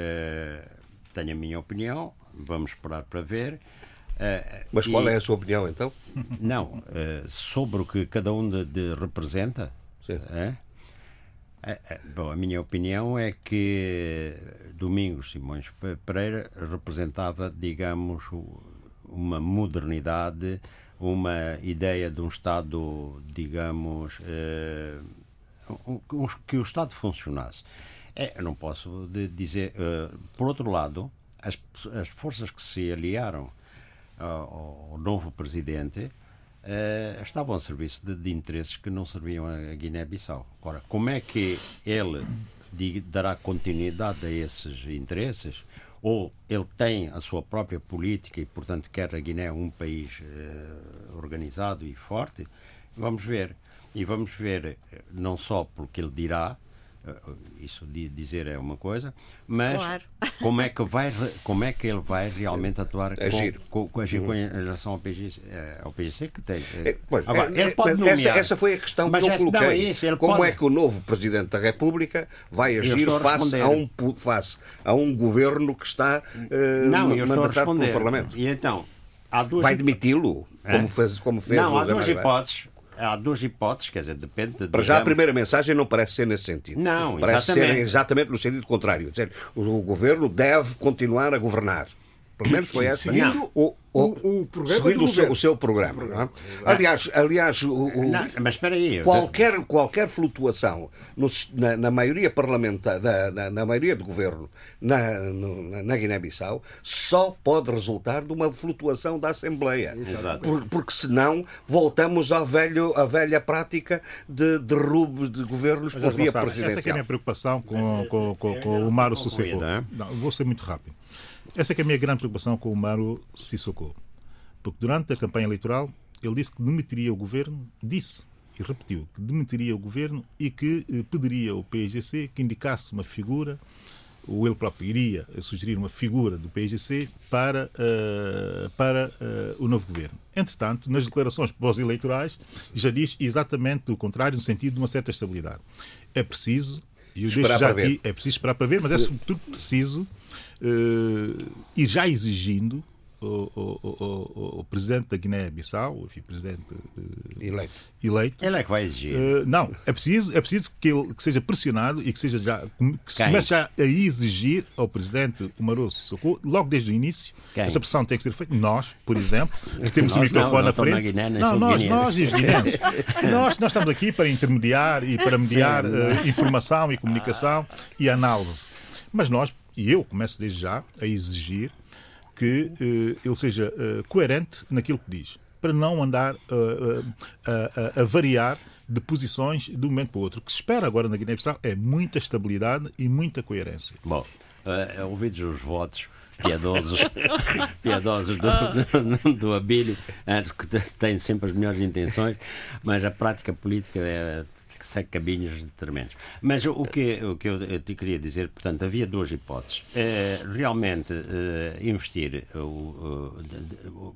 Tenho a minha opinião, vamos esperar para ver. Uh, Mas qual e, é a sua opinião, então? Não, uh, sobre o que cada um de, de representa. Sim. Uh, uh, uh, bom, a minha opinião é que Domingos Simões Pereira representava, digamos, uma modernidade, uma ideia de um Estado, digamos, uh, um, um, que o Estado funcionasse. É, eu não posso de dizer. Uh, por outro lado, as, as forças que se aliaram ao, ao novo presidente uh, estavam a serviço de, de interesses que não serviam a Guiné-Bissau. Agora, como é que ele de, dará continuidade a esses interesses? Ou ele tem a sua própria política e, portanto, quer a Guiné um país uh, organizado e forte? Vamos ver. E vamos ver não só pelo que ele dirá, isso de dizer é uma coisa, mas claro. como é que vai, como é que ele vai realmente atuar agir. com, com, com, com em relação ao P G C, ao P G C que tem. É, pois, Agora, é, ele pode nomear, essa, essa foi a questão mas que eu é, coloquei. não, é isso, ele como pode... é que o novo Presidente da República vai agir a face a, um, face a um governo que está uh, não, eu estou mandatado a pelo Parlamento? E então, há duas vai demiti-lo, é? como fez, como fez Não, há José duas Mário hipóteses. Há duas hipóteses, quer dizer, depende... De, Para já a primeira mensagem não parece ser nesse sentido. Não, parece exatamente. ser exatamente no sentido contrário. Dizer, o, o governo deve continuar a governar. Pelo menos foi essa. Seguindo o, o, o, o programa seguindo do o, seu, governo. o seu programa. Não é? Aliás, aliás o, o, não, mas espera aí. qualquer, qualquer flutuação no, na, na maioria parlamentar, na, na, na maioria do governo na, na, na Guiné-Bissau, só pode resultar de uma flutuação da Assembleia. Exato. Por, porque senão voltamos à, velho, à velha prática de derrubo de governos por via presidencial. Essa é, é a minha preocupação com, com, com, com o Maro Sissoko. Não, vou ser muito rápido. Essa é, que é a minha grande preocupação com o Maro Sissoko. Porque durante a campanha eleitoral ele disse que demitiria o governo, disse e repetiu que demitiria o governo e que eh, pediria ao P I G C que indicasse uma figura, ou ele próprio iria sugerir uma figura do P I G C para, uh, para uh, o novo governo. Entretanto, nas declarações pós-eleitorais já diz exatamente o contrário, no sentido de uma certa estabilidade. É preciso, e eu deixo já aqui, é preciso esperar para ver, mas é sobretudo preciso uh, ir já exigindo O, o, o, o presidente da Guiné-Bissau, enfim, presidente uh, eleito. eleito. Ele é que vai exigir. Uh, não, é preciso, é preciso que ele que seja pressionado e que seja já que se comece já a exigir ao presidente Umaro Sissoko, logo desde o início. Quem? Essa pressão tem que ser feita. Nós, por exemplo, que temos o microfone na frente. Guiné, não, nós, nós e os guineenses. nós, nós estamos aqui para intermediar e para mediar uh, informação e comunicação e análise. Mas nós, e eu começo desde já a exigir que uh, ele seja uh, coerente naquilo que diz, para não andar uh, uh, uh, a variar de posições de um momento para o outro. O que se espera agora na Guiné-Bissau é muita estabilidade e muita coerência. Bom, uh, ouvidos os votos piedosos, piedosos do, do, do Abílio, uh, que tem sempre as melhores intenções, mas a prática política é... segue caminhos tremendos. Mas o que, o que eu te queria dizer, portanto, havia duas hipóteses. É, realmente é, investir, o,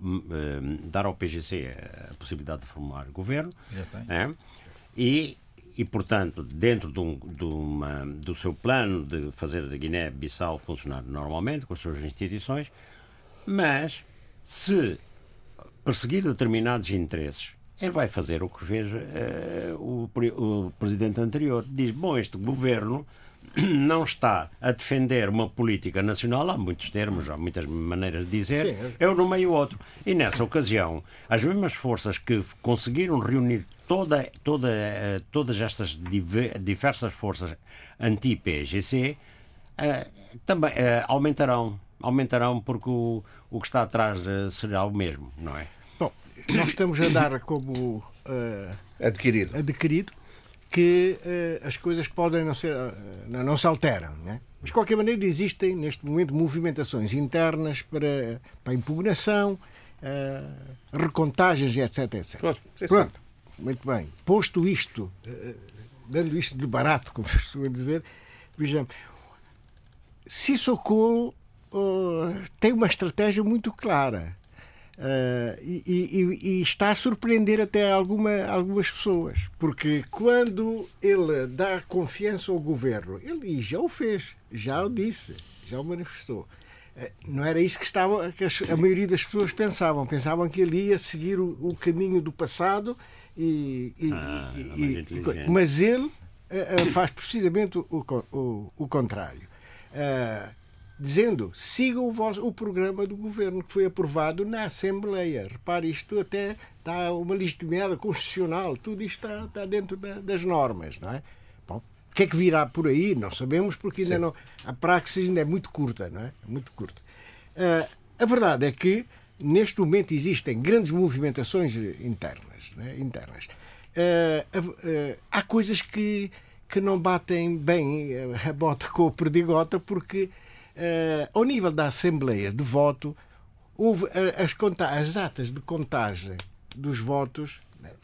dar ao P G C a possibilidade de formar governo é, e e, portanto, dentro de um, de uma, do seu plano de fazer a Guiné-Bissau funcionar normalmente, com as suas instituições, mas se perseguir determinados interesses, ele vai fazer o que fez uh, o, o presidente anterior. Diz, bom, este governo não está a defender uma política nacional, há muitos termos, há muitas maneiras de dizer, Sim. eu no meio outro. E nessa ocasião, as mesmas forças que conseguiram reunir toda, toda, todas estas diversas forças anti-P G C uh, também uh, aumentarão, aumentarão porque o, o que está atrás uh, será o mesmo, não é? Bom, nós estamos a dar como uh, Adquirido. adquirido que uh, as coisas podem não ser, uh, não, não se alteram, né? Mas de qualquer maneira existem neste momento movimentações internas para, para a impugnação, uh, recontagens, etc, etc. Pronto, sim, Pronto, muito bem. Posto isto, uh, dando isto de barato, como estou a dizer, vejamos, Sissoko uh, tem uma estratégia muito clara. Uh, e, e, e está a surpreender até alguma, algumas pessoas, porque quando ele dá confiança ao governo, ele já o fez, já o disse, já o manifestou. Uh, não era isso que, estava, que a maioria das pessoas pensavam. Pensavam que ele ia seguir o, o caminho do passado, e, e, ah, e, e, mas ele uh, faz precisamente o, o, o contrário. Uh, dizendo, sigam o, vosso, o programa do governo que foi aprovado na Assembleia. Repare, isto até está uma legitimidade constitucional, tudo isto está, está dentro da, das normas, não é? Bom, o que é que virá por aí? Não sabemos, porque ainda não, a praxis ainda é muito curta, não é? Muito curta. Uh, a verdade é que, neste momento, existem grandes movimentações internas. Não é? internas. Uh, uh, uh, há coisas que, que não batem bem a bota com a perdigota, porque Uh, ao nível da Assembleia de voto, houve, uh, as, conta as atas de contagem dos votos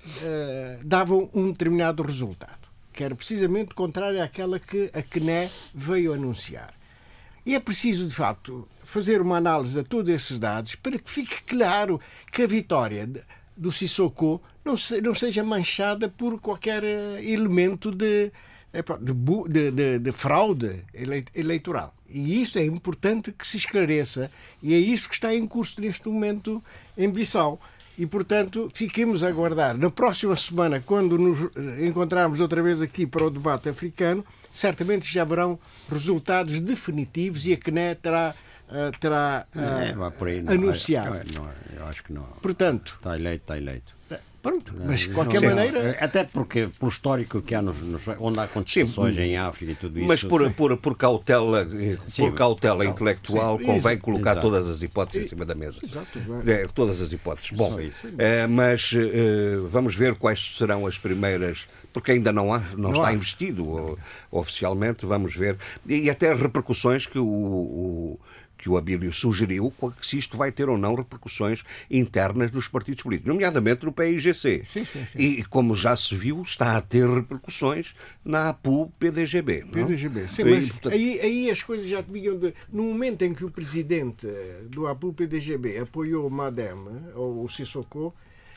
uh, davam um determinado resultado, que era precisamente contrário àquela que a C N E veio anunciar. E é preciso, de facto, fazer uma análise a todos esses dados para que fique claro que a vitória de, do Sissoko não, se, não seja manchada por qualquer uh, elemento de, de, de, de, de fraude eleitoral. E isso é importante que se esclareça, e é isso que está em curso neste momento em Bissau. E, portanto, fiquemos a aguardar. Na próxima semana, quando nos encontrarmos outra vez aqui para o debate africano, certamente já haverão resultados definitivos e a C N E terá, uh, terá uh, é, por aí, não, anunciado. Não, não, eu acho que não. Portanto, está eleito, está eleito. Pronto, mas de qualquer não, maneira... Até porque, por histórico que há, nos, nos, onde há contestações sim, em África e tudo isso... Mas por, por, por cautela, sim, por cautela sim, intelectual, sim, convém isso, colocar exato. Todas as hipóteses em cima da mesa. Exato, é, todas as hipóteses. Bom, é, mas é, vamos ver quais serão as primeiras... Porque ainda não, há, não, não está há. investido ou, oficialmente, vamos ver. E até as repercussões que o... o que o Abílio sugeriu, se isto vai ter ou não repercussões internas dos partidos políticos, nomeadamente no P I G C. Sim, sim, sim. E, como já se viu, está a ter repercussões na A P U P D G B. P D G B, sim, mas e, portanto... aí, aí as coisas já vinham de... No momento em que o presidente do A P U P D G B apoiou o Madem, ou o Sissoko,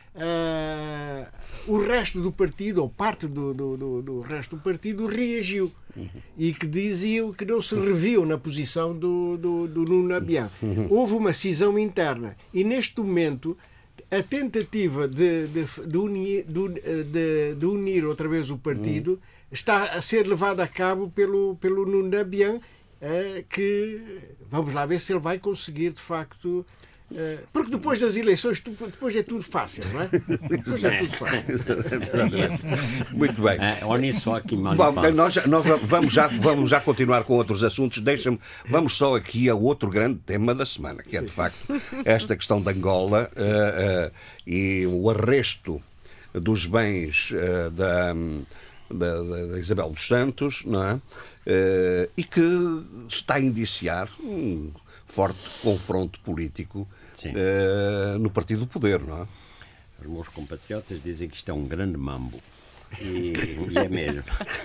Uh, o resto do partido, ou parte do, do, do, do resto do partido, reagiu. Uhum. E que diziam que não se reviam na posição do, do, do Nuno Abian. Uhum. Houve uma cisão interna. E neste momento, a tentativa de, de, de, unir, de, de unir outra vez o partido uhum. está a ser levada a cabo pelo, pelo Nuno Abian, uh, que vamos lá ver se ele vai conseguir, de facto. Porque depois das eleições, depois é tudo fácil, não é? Depois é tudo fácil. Muito bem. Bom, nós, já, nós vamos, já, vamos já continuar com outros assuntos. Deixa-me, vamos só aqui a outro grande tema da semana, que é de facto esta questão de Angola uh, uh, e o arresto dos bens uh, da, da, da Isabel dos Santos, não é? Uh, e que está a indiciar um forte confronto político uh, no Partido do Poder, não é? Os meus compatriotas dizem que isto é um grande mambo. E, e é mesmo.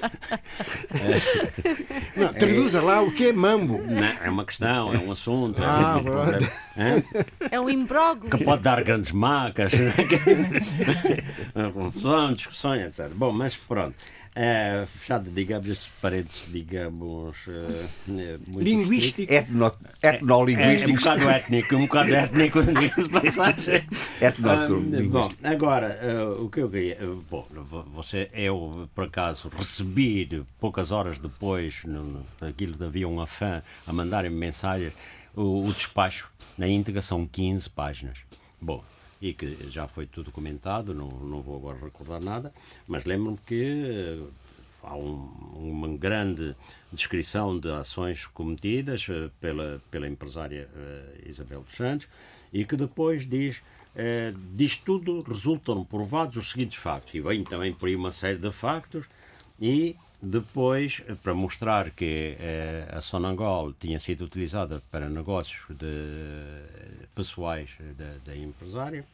Não, traduza é, lá o que é mambo. Não, é uma questão, é um assunto. Ah, é, é um imbróglio. Que pode dar grandes macas. Confusão, discussões, etcétera. Bom, mas pronto. é, fechado, digamos, esses parentes, digamos, uh, muito linguístico. Etno, etnolinguístico. É, é um bocado étnico, um bocado étnico, diga-se passagem. Etnolinguístico. Bom, agora, uh, o que eu queria. Uh, bom, você, eu, por acaso, recebi poucas horas depois, no, aquilo havia um afã a mandarem-me mensagens, o, o despacho na íntegra são quinze páginas. Bom. E que já foi tudo comentado, não, não vou agora recordar nada, mas lembro-me que uh, há um, uma grande descrição de ações cometidas uh, pela, pela empresária uh, Isabel dos Santos e que depois diz, uh, diz tudo, resultam provados os seguintes factos. E vem também por aí uma série de factos e depois, para mostrar que uh, a Sonangol tinha sido utilizada para negócios de, pessoais da, da empresária,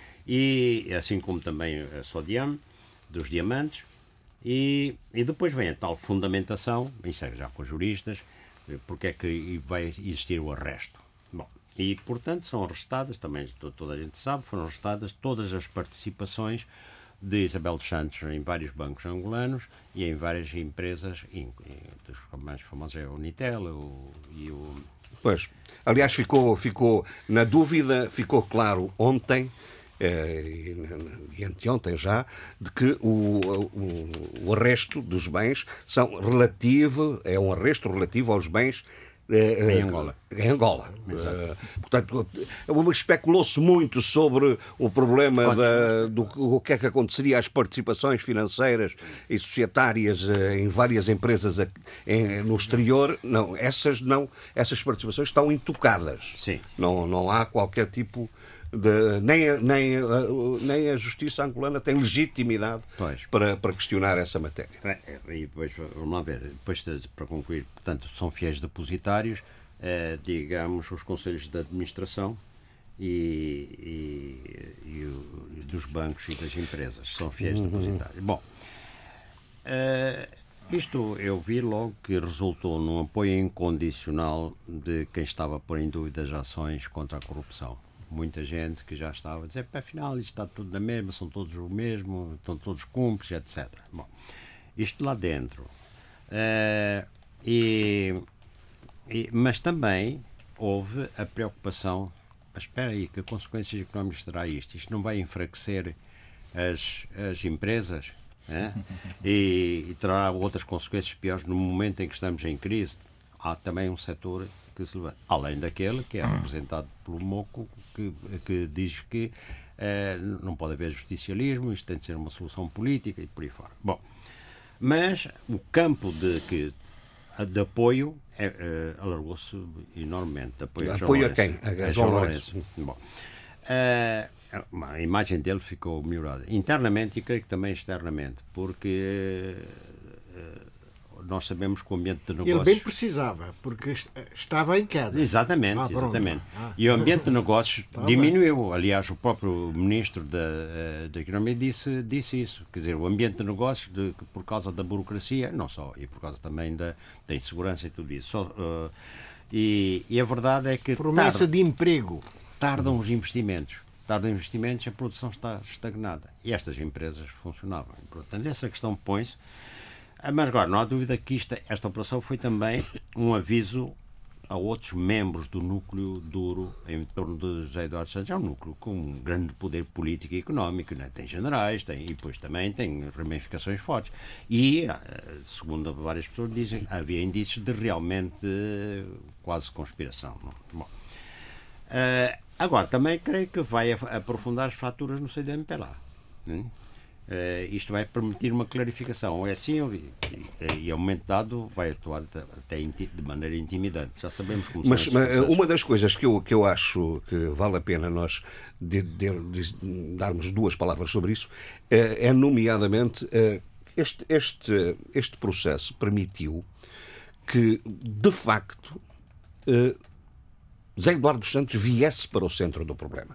e assim como também a Sodiam, dos diamantes, e, e depois vem a tal fundamentação, isso é já com os juristas, porque é que vai existir o arresto. Bom, e portanto são arrestadas, também toda a gente sabe, foram arrestadas todas as participações de Isabel dos Santos em vários bancos angolanos e em várias empresas, em, em, os mais famosos é o Unitel o, e o... Pois, aliás, ficou, ficou na dúvida, ficou claro ontem, eh, e anteontem já, de que o, o, o arresto dos bens são relativo, é um arresto relativo aos bens em Angola. Em Angola. Uh, portanto, especulou-se muito sobre o problema da, do o que é que aconteceria às participações financeiras e societárias uh, em várias empresas a, em, no exterior. Não, essas não, essas participações estão intocadas. Sim. Não, não há qualquer tipo de, nem, a, nem, a, nem a justiça angolana tem legitimidade para, para questionar essa matéria. E depois, vamos lá ver, depois para concluir, portanto, são fiéis depositários, eh, digamos, os conselhos de administração e, e, e, o, e dos bancos e das empresas, são fiéis uhum. depositários. Bom, eh, isto eu vi logo que resultou num apoio incondicional de quem estava a pôr em dúvida as ações contra a corrupção. Muita gente que já estava a dizer, afinal, isto está tudo na mesma, são todos o mesmo, estão todos cúmplices, etcétera. Bom, isto lá dentro. Uh, e, e, mas também houve a preocupação, mas espera aí, que consequências económicas terá isto? Isto não vai enfraquecer as, as empresas? É? E, e terá outras consequências piores no momento em que estamos em crise? Há também um setor que se levanta, além daquele que é representado pelo Moco, que, que diz que eh, não pode haver justicialismo, isto tem de ser uma solução política e por aí fora. Bom, mas o campo de, que, de apoio é, eh, alargou-se enormemente. De apoio, apoio a, a quem? A, a João Lourenço. Bom, eh, a imagem dele ficou melhorada internamente e creio que também externamente, porque eh, nós sabemos que o ambiente de negócios... Ele bem precisava, porque estava em queda. Exatamente, ah, exatamente. Ah. E o ambiente de negócios tá diminuiu. Bem. Aliás, o próprio Ministro da, da Economia disse, disse isso. Quer dizer, o ambiente de negócios, de, por causa da burocracia, não só, e por causa também da, da insegurança e tudo isso. Só, uh, e, e a verdade é que... Promessa tarda, de emprego. Tardam os investimentos. Tardam investimentos e a produção está estagnada. E estas empresas funcionavam. Portanto, essa questão põe-se. Mas agora, não há dúvida que isto, esta operação foi também um aviso a outros membros do núcleo duro em torno de José Eduardo Santos. É um núcleo com um grande poder político e económico, né? Tem generais, tem, e depois também tem ramificações fortes. E, segundo várias pessoas dizem, havia indícios de realmente quase conspiração. Não? Bom, uh, agora, também creio que vai aprofundar as fraturas no C D M P L A. Né? Uh, isto vai permitir uma clarificação, ou é assim, e, e a um momento dado vai atuar até de maneira intimidante. Já sabemos como mas, são mas uma das coisas que eu, que eu acho que vale a pena nós de, de, de darmos duas palavras sobre isso uh, é, nomeadamente, uh, este, este, este processo permitiu que, de facto, uh, José Eduardo dos Santos viesse para o centro do problema.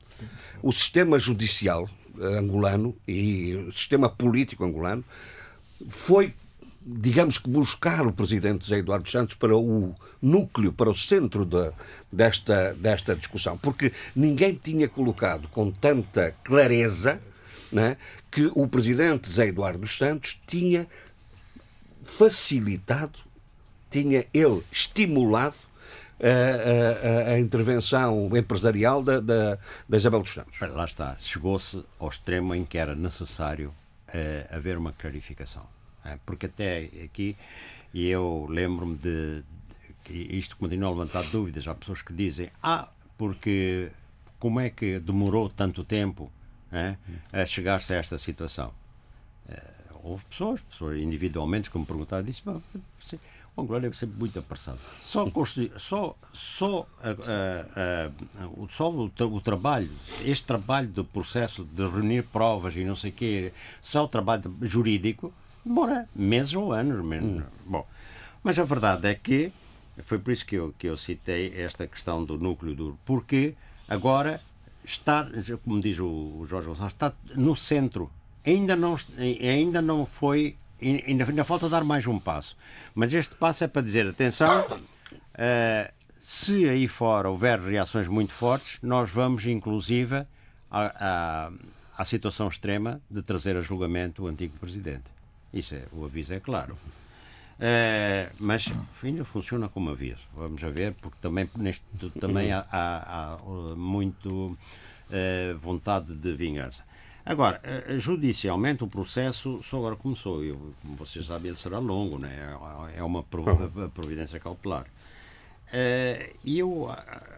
O sistema judicial angolano e o sistema político angolano foi, digamos que, buscar o presidente José Eduardo dos Santos para o núcleo, para o centro de, desta, desta discussão, porque ninguém tinha colocado com tanta clareza, né, que o presidente José Eduardo dos Santos tinha facilitado, tinha ele estimulado a, a, a intervenção empresarial da, da, da Isabel dos Santos. Lá está, chegou-se ao extremo em que era necessário uh, haver uma clarificação. Uh, porque até aqui, e eu lembro-me de, de que isto continua a levantar dúvidas. Há pessoas que dizem, ah, porque como é que demorou tanto tempo uh, a chegar-se a esta situação? Uh, houve pessoas, pessoas individualmente, que me perguntaram, disse, bom, sim, o Angola é sempre muito apressado. Só, só, só, uh, uh, uh, só o, o trabalho, este trabalho do processo de reunir provas e não sei o quê, só o trabalho jurídico, demora meses ou anos. Hum. Bom, mas a verdade é que, foi por isso que eu, que eu citei esta questão do núcleo duro, porque agora está, como diz o, o Jorge Gonçalves, está no centro. Ainda não, ainda não foi... Ainda, ainda falta dar mais um passo. Mas este passo é para dizer, atenção, uh, se aí fora houver reações muito fortes, nós vamos, inclusive, à, à, à situação extrema de trazer a julgamento o antigo presidente. Isso é, o aviso é claro. Uh, mas ainda funciona como aviso. Vamos a ver, porque também, neste, também há, há, há muito uh, vontade de vingança. Agora, judicialmente o processo só agora começou. Eu, como vocês sabem, ele será longo, né? É uma providência cautelar. E eu,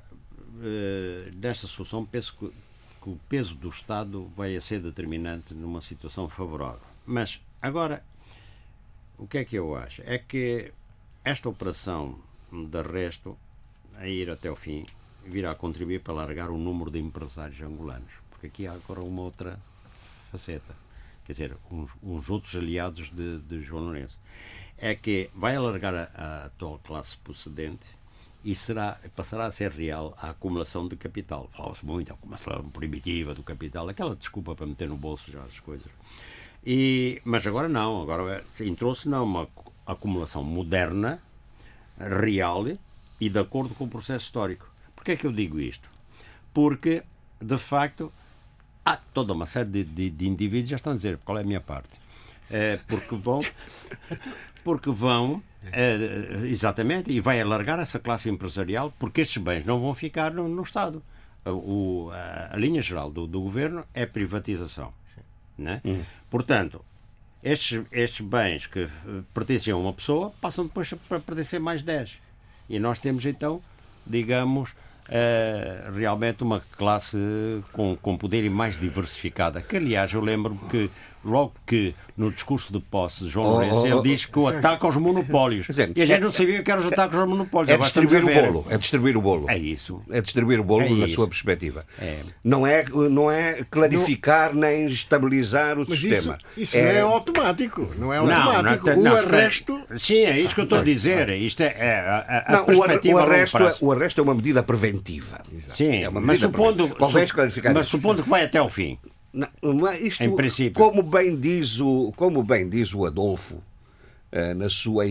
nesta situação, penso que, que o peso do Estado vai a ser determinante numa situação favorável. Mas, agora, o que é que eu acho? É que esta operação de arresto, a ir até ao fim, virá a contribuir para alargar o número de empresários angolanos. Porque aqui há agora uma outra faceta, quer dizer, uns, uns outros aliados de, de João Lourenço, é que vai alargar a, a atual classe procedente e será, passará a ser real a acumulação de capital. Fala-se muito, a acumulação primitiva do capital, aquela desculpa para meter no bolso já as coisas. E, mas agora não, agora entrou-se numa acumulação moderna, real e de acordo com o processo histórico. Porquê é que eu digo isto? Porque, de facto, há toda uma série de, de, de indivíduos já estão a dizer qual é a minha parte. É, porque vão, porque vão é, exatamente, e vai alargar essa classe empresarial, porque estes bens não vão ficar no, no Estado. O, a, a linha geral do, do governo é privatização. Né? Hum. Portanto, estes, estes bens que pertencem a uma pessoa passam depois para pertencer mais dez. E nós temos então, digamos, é realmente uma classe com, com poder e mais diversificada. Que, aliás, eu lembro-me que logo que no discurso de posse de João Lourenço, oh, oh, ele diz que o ataque aos monopólios. E a gente não sabia que eram os ataques aos monopólios. É distribuir o bolo. É distribuir o bolo. É isso. É distribuir o bolo é na isso. sua perspectiva. É. Não, é, não é clarificar não, nem estabilizar o mas sistema. Isso, isso é... não é automático. Não é automático. Não, não, o não, arresto... Sim, é isso que eu estou a dizer. Isto é, é a, a não, perspectiva o, arresto a é, o arresto é uma medida preventiva. Sim, é uma mas supondo, Convém clarificar mas isso. supondo que vai até ao fim. Não, isto, em princípio. Como bem diz o, como bem diz o Adolfo, na sua,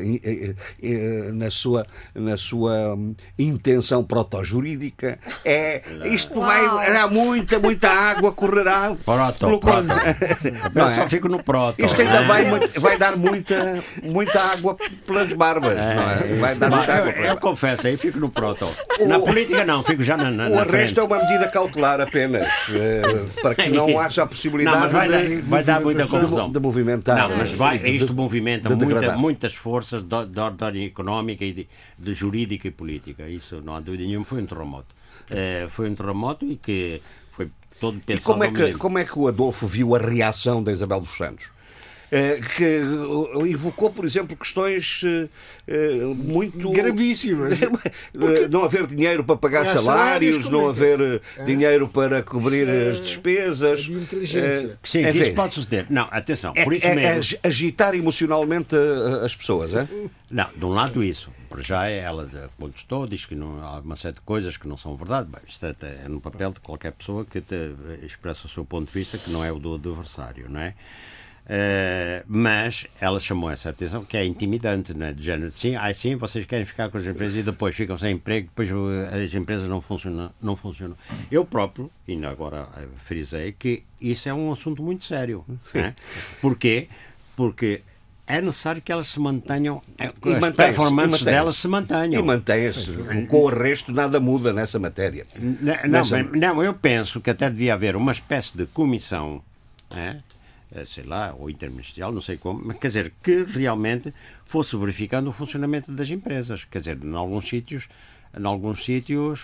na sua, na sua intenção protojurídica, é isto vai, há muita, muita água correrá proto, pelo proto. Eu é? só fico no proto. Isto ainda vai, vai dar muita, muita água pelas barbas. É, não é? Vai dar muita água eu, eu confesso, aí fico no proto. Na o, política não, fico já na, na, o na arresto frente. é uma medida cautelar apenas, uh, para que não haja a possibilidade não, mas vai, de, dar, vai dar muita confusão. De, de movimentar. Não, mas vai, de, isto movimenta de muita, muitas forças de, de ordem económica e de, de jurídica e política. Isso não há dúvida nenhuma. Foi um terremoto. É, foi um terremoto e que foi todo pensado. E como é, que, como é que o Adolfo viu a reação da Isabel dos Santos? Que evocou, por exemplo, questões muito... gravíssimas. Porque não haver dinheiro para pagar salários, não haver é? dinheiro para cobrir é, as despesas. É de inteligência. Sim, é, isso pode suceder. Não, atenção, por isso é, mesmo... É agitar emocionalmente as pessoas, é? Não, de um lado isso. Por já ela contestou, diz que não, há uma série de coisas que não são verdade. Bem, isto é, é no papel de qualquer pessoa que te expressa o seu ponto de vista, que não é o do adversário, não é? Uh, mas ela chamou essa atenção, que é intimidante, não é? De género, sim, ah, sim, vocês querem ficar com as empresas e depois ficam sem emprego, depois as empresas não funcionam, não funcionam. Eu próprio, e ainda agora frisei, que isso é um assunto muito sério. Não é? Porquê? Porque é necessário que elas se mantenham, e as performances delas se mantenham. E mantém-se. Com o resto nada muda nessa matéria. Não, nessa... não, não, eu penso que até devia haver uma espécie de comissão, é? sei lá, ou interministerial, não sei como, mas quer dizer, que realmente fosse verificando o funcionamento das empresas. Quer dizer, em alguns sítios, em alguns sítios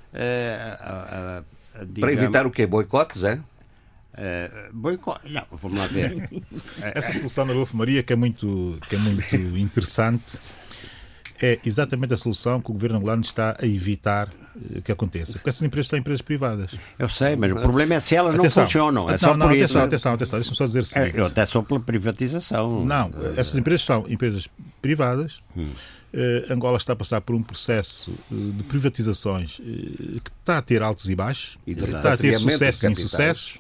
uh, uh, uh, digamos, para evitar o quê? Boicotes, é? Uh, boicote, não, vamos lá ver. Essa solução da Adolfo Maria, que é muito, que é muito interessante, é exatamente a solução que o governo angolano está a evitar que aconteça. Porque essas empresas são empresas privadas. Eu sei, mas o problema é se elas atenção, não funcionam. É não, só não, por atenção, isso. atenção, atenção. Deixa-me só dizer o seguinte. Eu até sou pela privatização. Não, essas empresas são empresas privadas. Hum. Uh, Angola está a passar por um processo uh, de privatizações uh, que está a ter altos e baixos, e está a ter sucessos e insucessos.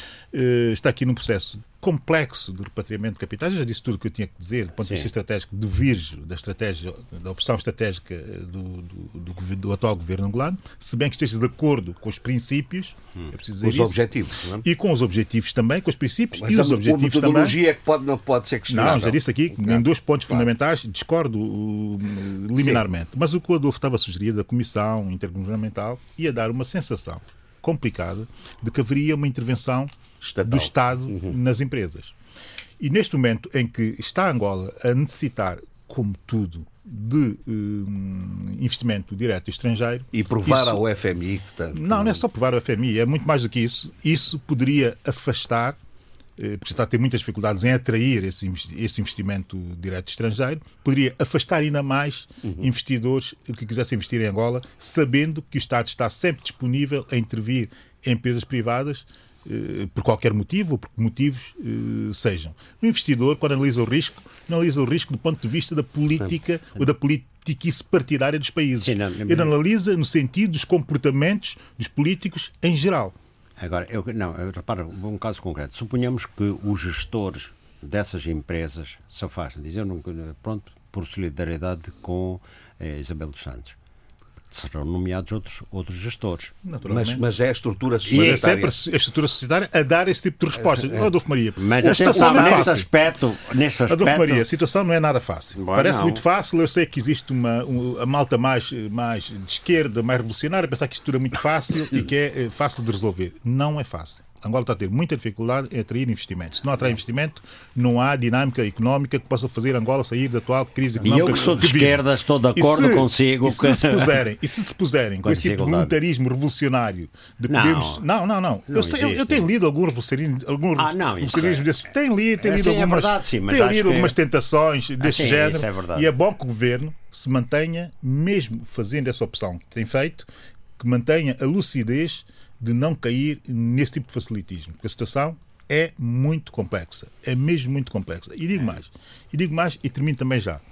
Uh, está aqui num processo complexo de repatriamento de capitais. Eu já disse tudo o que eu tinha que dizer do ponto de vista estratégico, diverge da estratégia, da opção estratégica do, do, do, do atual governo angolano, se bem que esteja de acordo com os princípios, hum. é preciso dizer os isso, objetivos, não é? E com os objetivos também, com os princípios mas e os objetivos também. A metodologia é que pode, não pode ser questionável. Não, já disse aqui que em dois pontos claro. fundamentais discordo uh, liminarmente. Sim. Mas o que o Adolfo estava a sugerir da Comissão Intergovernamental ia dar uma sensação complicada de que haveria uma intervenção Estatal. do Estado uhum. nas empresas. E neste momento em que está Angola a necessitar, como tudo, de um, investimento direto estrangeiro... E provar isso... ao F M I... Que está... Não, não é só provar ao F M I, é muito mais do que isso. Isso poderia afastar, porque está a ter muitas dificuldades em atrair esse investimento direto estrangeiro, poderia afastar ainda mais uhum. investidores que quisessem investir em Angola, sabendo que o Estado está sempre disponível a intervir em empresas privadas por qualquer motivo, ou por que motivos uh, sejam. O investidor, quando analisa o risco, não analisa o risco do ponto de vista da política sim. ou da politiquice partidária dos países. Sim, não, não, Ele analisa no sentido dos comportamentos dos políticos em geral. Agora, eu, não, eu reparo um caso concreto. Suponhamos que os gestores dessas empresas se afastam, dizem, pronto, por solidariedade com eh, Isabel dos Santos. Serão nomeados outros, outros gestores. Mas, mas é a estrutura societária. E é sempre a estrutura societária a dar esse tipo de resposta. É, é. Adolfo Maria. Mas a situação não é nesse, aspecto, nesse aspecto... Adolfo Maria, a situação não é nada fácil. Bom, Parece não. muito fácil. Eu sei que existe uma, uma a malta mais, mais de esquerda, mais revolucionária, pensar que isto tudo é muito fácil e que é, é fácil de resolver. Não é fácil. Angola está a ter muita dificuldade em atrair investimento. Se não atrai investimento, não há dinâmica económica que possa fazer Angola sair da atual crise económica. E eu que sou de esquerda estou de acordo se, consigo. E se se puserem, e se se puserem com, com esse tipo de voluntarismo revolucionário de podermos... Não, não, não. não. não eu, sei, eu, eu tenho lido algum revolucionismo, algum ah, não, revolucionismo é. desses. Tenho lido, tenho é, lido sim, algumas, é verdade, sim, mas tenho lido algumas que... tentações desse ah, sim, género. É e é bom que o governo se mantenha, mesmo fazendo essa opção que tem feito, que mantenha a lucidez de não cair nesse tipo de facilitismo, porque a situação é muito complexa, é mesmo muito complexa. E digo mais, e digo mais e termino também já.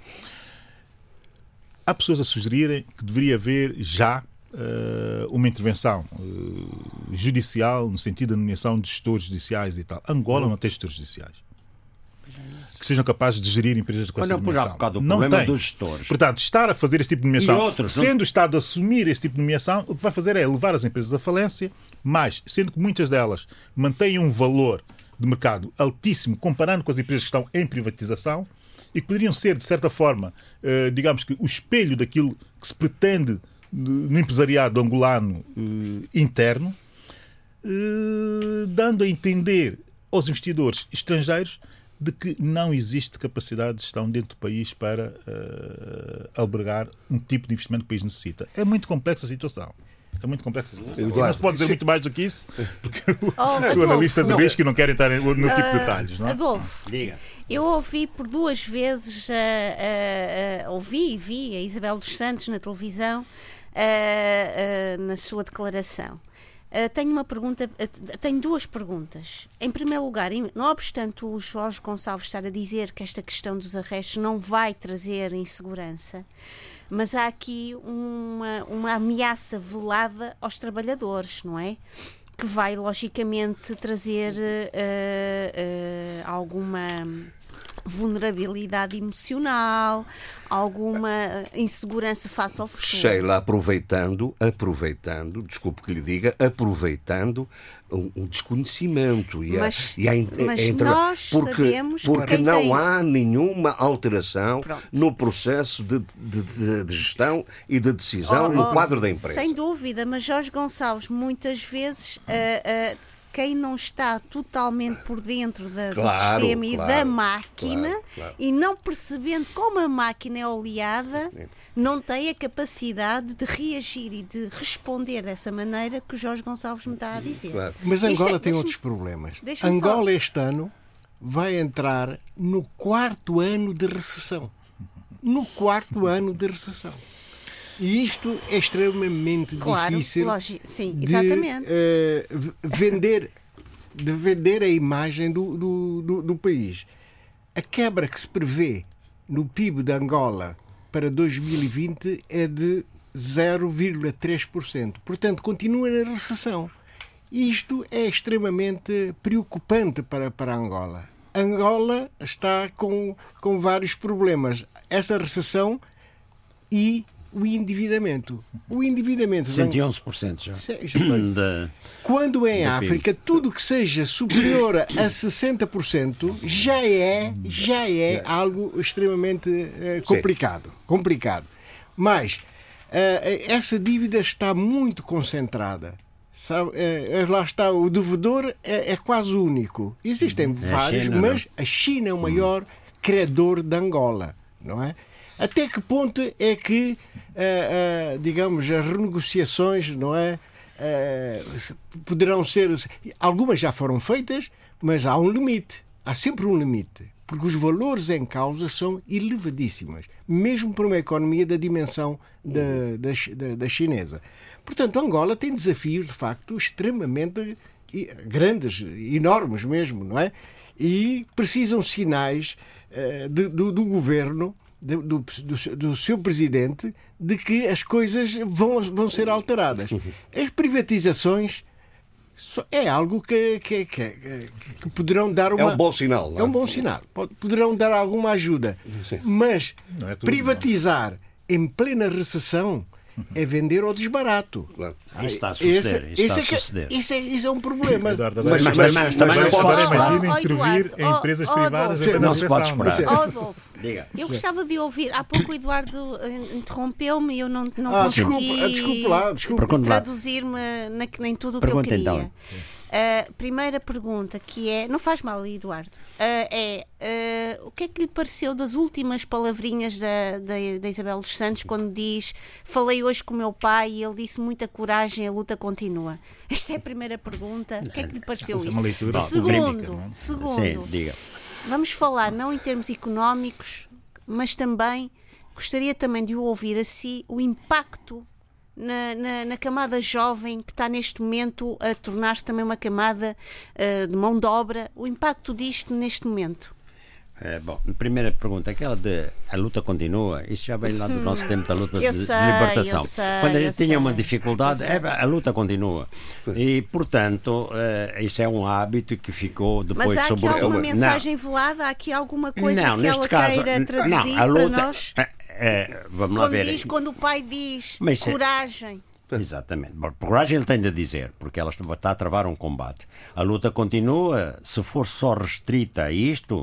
Há pessoas a sugerirem que deveria haver já uh, uma intervenção uh, judicial no sentido da nomeação de gestores judiciais e tal. Angola não tem gestores judiciais que sejam capazes de gerir empresas com essa nomeação. Não tem. Dos gestores. Portanto, estar a fazer esse tipo de nomeação, outros, sendo não... o Estado a assumir esse tipo de nomeação, o que vai fazer é levar as empresas à falência, mas, sendo que muitas delas mantêm um valor de mercado altíssimo, comparando com as empresas que estão em privatização, e que poderiam ser, de certa forma, eh, digamos que o espelho daquilo que se pretende no empresariado angolano eh, interno, eh, dando a entender aos investidores estrangeiros de que não existe capacidade de gestão dentro do país para uh, albergar um tipo de investimento que o país necessita. É muito complexa a situação. É muito complexa a situação. Eduardo, não se pode dizer muito mais do que isso, porque oh, sou analista de risco e não quero entrar no uh, tipo de detalhes. Não é? Adolfo, Diga. Eu ouvi por duas vezes, uh, uh, uh, ouvi e vi a Isabel dos Santos na televisão, uh, uh, na sua declaração. Uh, tenho uma pergunta, uh, tenho duas perguntas. Em primeiro lugar, não obstante o Jorge Gonçalves estar a dizer que esta questão dos arrestos não vai trazer insegurança, mas há aqui uma, uma ameaça velada aos trabalhadores, não é? que vai logicamente trazer uh, uh, alguma vulnerabilidade emocional, alguma insegurança face ao futuro. Sheila, aproveitando, aproveitando, desculpe que lhe diga, aproveitando um, um desconhecimento e mas, a, e a, mas entre, nós porque, sabemos porque que não tem... há nenhuma alteração Pronto. no processo de, de, de, de gestão e de decisão oh, no oh, quadro da empresa. Sem dúvida, mas Jorge Gonçalves, muitas vezes uh, uh, quem não está totalmente por dentro da, claro, do sistema e claro, da máquina claro, claro. e não percebendo como a máquina é oleada, não tem a capacidade de reagir e de responder dessa maneira que o Jorge Gonçalves me está a dizer. Claro. Mas Angola é, tem outros problemas. só... Angola este ano vai entrar no quarto ano de recessão. No quarto ano de recessão. E isto é extremamente claro, difícil lógico, sim, de exatamente. Uh, vender, de vender a imagem do, do, do, do país. A quebra que se prevê no P I B de Angola para dois mil e vinte é de zero vírgula três por cento. Portanto, continua na recessão. E isto é extremamente preocupante para, para Angola. Angola está com, com vários problemas. Essa recessão e o endividamento. O endividamento... cento e onze por cento já. De... Quando em África tudo que seja superior a sessenta por cento já é, já é algo extremamente uh, complicado. complicado. Mas uh, essa dívida está muito concentrada. Sabe, uh, lá está, o devedor é, é quase único. Existem é vários, China, mas não? A China é o maior credor de Angola, não é? Até que ponto é que, uh, uh, digamos, as renegociações, não é, uh, poderão ser... Algumas já foram feitas, mas há um limite. Há sempre um limite. Porque os valores em causa são elevadíssimos, mesmo para uma economia da dimensão da, da, da chinesa. Portanto, Angola tem desafios, de facto, extremamente grandes, enormes mesmo, não é? E precisam sinais uh, de, do, do governo, Do, do, do seu presidente, de que as coisas vão, vão ser alteradas. As privatizações é algo que, que, que, que poderão dar uma... É um bom sinal. Não é? É um bom sinal. Poderão dar alguma ajuda. Mas é tudo, privatizar não. Em plena recessão é vender ao desbarato. Claro. Isso está a suceder. Isso está a suceder. Isso é, isso é um problema. Eduardo, mas, mas, mas, mas, mas, mas, mas agora pode imagina Oh, intervir Eduardo, em empresas oh, privadas Adolfo. em Não se pode recessão. esperar. Oh, Adolfo, Diga. eu gostava de ouvir. Há pouco o Eduardo eh, interrompeu-me e eu não, não Ah, consegui desculpa, desculpa lá, desculpa. traduzir-me na, em tudo o que Pergunta eu queria. então. Uh, primeira pergunta, que é, não faz mal, Eduardo, uh, é uh, o que é que lhe pareceu das últimas palavrinhas da, da, da Isabel dos Santos quando diz: falei hoje com o meu pai e ele disse muita coragem, a luta continua. Esta é a primeira pergunta. O que é que lhe pareceu Essa é isto? uma leitura Segundo, polémica, não é? segundo Sim, diga. vamos falar não em termos económicos, mas também gostaria também de o ouvir a si o impacto Na, na, na camada jovem que está neste momento a tornar-se também uma camada uh, de mão de obra, o impacto disto neste momento. É, bom, primeira pergunta, aquela de a luta continua, isso já vem lá do nosso tempo da luta Eu de, sei, de libertação. eu sei, Quando a eu gente tinha sei, uma dificuldade, eu é, sei. a luta continua. E, portanto, uh, isso é um hábito que ficou depois Mas há aqui sobre... alguma Não. mensagem velada? Há aqui alguma coisa Não, que neste ela caso, queira traduzir não, a luta, para nós? É, é, vamos lá Quando, ver. diz, quando o pai diz Mas, coragem. Exatamente. Bom, coragem ele tem de dizer, porque ela está a travar um combate. A luta continua, se for só restrita a isto,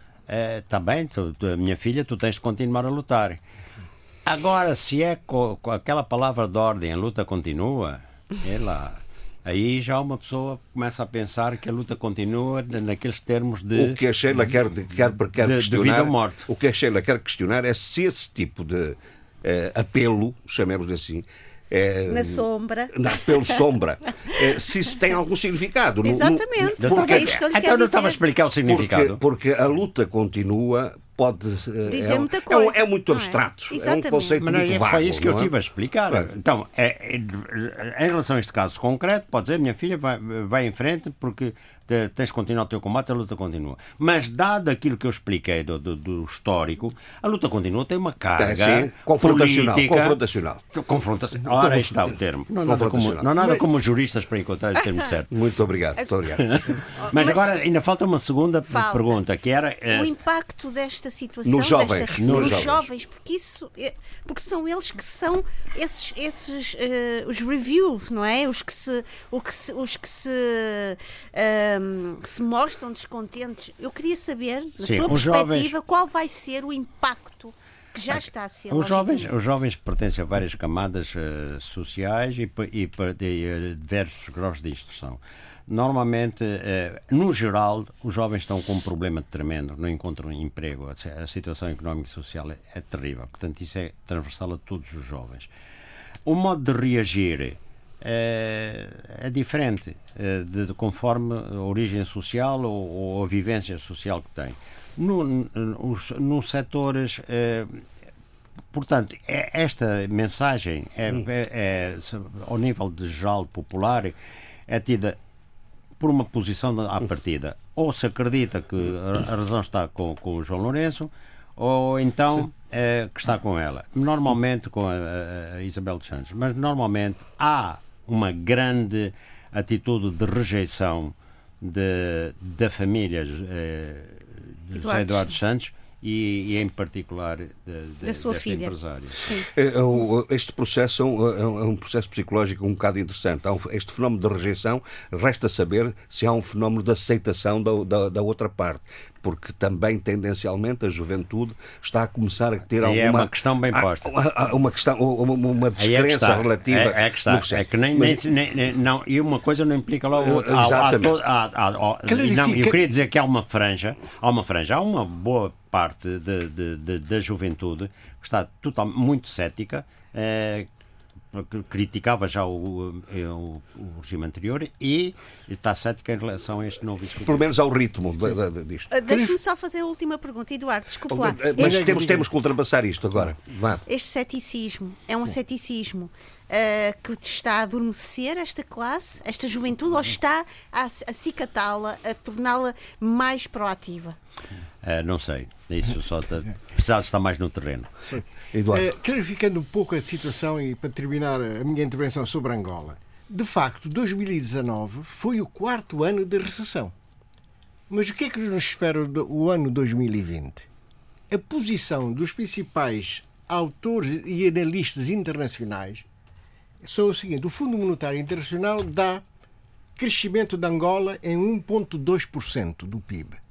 está bem, tu, tu, minha filha, tu tens de continuar a lutar. Agora, se é com, com aquela palavra de ordem, a luta continua, é lá. Aí já uma pessoa começa a pensar que a luta continua naqueles termos de... O que a Sheila quer, quer, quer de, questionar... de vida ou morte. O que a Sheila quer questionar é se esse tipo de eh, apelo, chamemos assim, É, Na sombra. Na, pelo sombra. É, se isso tem algum significado. Exatamente. No, no, porque, é isso que eu lhe então quero não estava a dizer. explicar o significado. Porque, porque a luta continua, pode dizer é, muita é, coisa. É, é muito não abstrato. É? É um conceito Mas não, muito é, vago. foi isso que eu não é? estive a explicar. Claro. Então, é, é, em relação a este caso concreto, pode dizer, minha filha vai, vai em frente porque tens de continuar o teu combate, a luta continua. Mas, dado aquilo que eu expliquei do, do, do histórico, a luta continua, tem uma carga é, sim, confrontacional, política... Confrontacional. Confrontacional. Ora, aí está o termo. Não há nada como, não há nada como juristas para encontrar o termo certo. Muito obrigado, muito obrigado. Mas, Mas agora ainda falta uma segunda falta. pergunta, que era... Uh, o impacto desta situação, nos jovens, desta, nos nos jovens. jovens, porque, isso, porque são eles que são esses, esses uh, os reviews, não é? Os que se, o que se, os que se, um, se mostram descontentes. Eu queria saber, na Sim, sua os perspectiva, jovens... qual vai ser o impacto que já está a ser. Os jovens, os jovens pertencem a várias camadas uh, sociais e, e, e uh, diversos graus de instrução. Normalmente, uh, no geral, os jovens estão com um problema tremendo, não encontram emprego. A situação económica e social é, é terrível. Portanto, isso é transversal a todos os jovens. O modo de reagir é, é diferente, é, de, de, conforme a origem social ou, ou a vivência social que tem. No, nos, nos setores... É, portanto, é, esta mensagem, é, é, é, ao nível de geral popular, é tida por uma posição à partida. Ou se acredita que a razão está com, com o João Lourenço, ou então é, que está com ela. Normalmente com a, a Isabel dos Santos. Mas normalmente há uma grande atitude de rejeição de, da família é, de José Eduardo Santos e, e em particular de, de, da sua filha. Empresária. Sim. Este processo é um processo psicológico um bocado interessante. Este fenómeno de rejeição, resta saber se há um fenómeno de aceitação da, da, da outra parte, porque também tendencialmente a juventude está a começar a ter alguma... É uma questão bem posta. Uma, uma questão, uma, uma descrença é relativa... É, é que está. É que nem, Mas, nem, nem, não, e uma coisa não implica logo outra. Exatamente. Há, há, há, há, não, eu queria dizer que há uma franja, há uma franja, há uma boa parte de, de, de, da juventude que está total, muito cética, é, criticava já o, o, o regime anterior e está cética em relação a este novo discurso. Pelo menos ao ritmo de, de, disto. Deixe-me só fazer a última pergunta, Eduardo, desculpe lá. Mas este, temos, temos que ultrapassar isto agora. Vá. Este ceticismo é um ceticismo uh, que está a adormecer esta classe, esta juventude, ou está a acicatá-la, a torná-la mais proativa? Uh, não sei. Isso só está, precisava estar mais no terreno. Eduardo. Uh, clarificando um pouco a situação e para terminar a minha intervenção sobre Angola. De facto, dois mil e dezanove foi o quarto ano de recessão. Mas o que é que nos espera o ano dois mil e vinte? A posição dos principais autores e analistas internacionais são o seguinte: o Fundo Monetário Internacional dá crescimento de Angola em um vírgula dois por cento do P I B.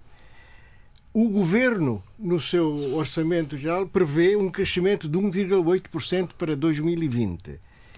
O governo, no seu orçamento geral, prevê um crescimento de um vírgula oito por cento para dois mil e vinte.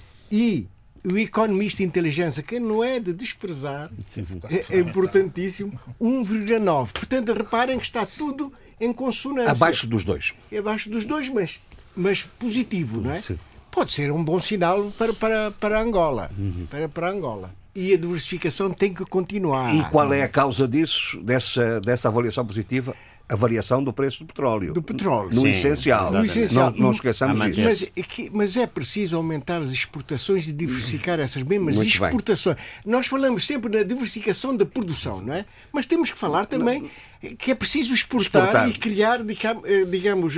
E o economista de inteligência, que não é de desprezar, é, é importantíssimo, um vírgula nove por cento. Portanto, reparem que está tudo em consonância. Abaixo dos dois. Abaixo dos dois, mas, mas positivo, não é? Sim. Pode ser um bom sinal para, para, para Angola. Uhum. Para, para Angola. E a diversificação tem que continuar. E qual é a causa disso, dessa, dessa avaliação positiva? A variação do preço do petróleo. Do petróleo. No Sim, essencial. No essencial. Não, não esqueçamos disso. Mas é, que, mas é preciso aumentar as exportações e diversificar essas mesmas Muito exportações. Bem. Nós falamos sempre na diversificação da produção, não é? Mas temos que falar também que é preciso exportar, exportar. e criar, digamos, uh, uh,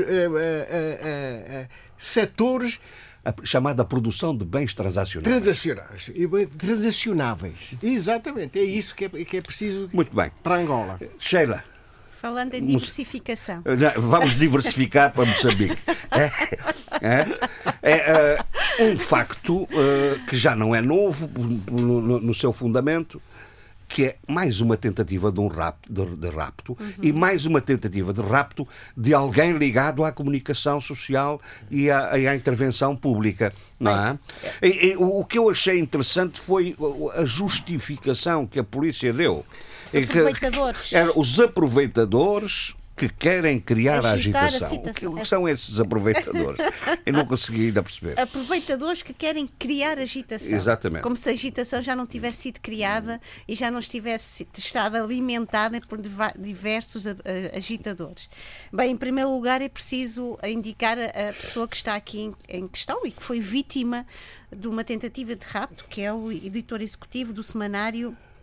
uh, uh, setores... A chamada produção de bens transacionáveis. Transacionáveis. Transacionáveis. Exatamente. É isso que é, que é preciso Muito bem. Para Angola. Sheila. Falando em diversificação. Vamos diversificar para Moçambique. É, é, é uh, um facto uh, que já não é novo no, no, no seu fundamento, que é mais uma tentativa de um rapto, de, de rapto uhum. e mais uma tentativa de rapto de alguém ligado à comunicação social e à, e à intervenção pública. Não é? E, e, o que eu achei interessante foi a justificação que a polícia deu. Os aproveitadores. Que, eram os aproveitadores que querem criar Agitar a agitação. A o que são esses aproveitadores? Eu não consegui ainda perceber. Aproveitadores que querem criar agitação. Exatamente. Como se a agitação já não tivesse sido criada e já não estivesse estado alimentada por diversos agitadores. Bem, em primeiro lugar é preciso indicar a pessoa que está aqui em questão e que foi vítima de uma tentativa de rapto, que é o editor executivo do semanário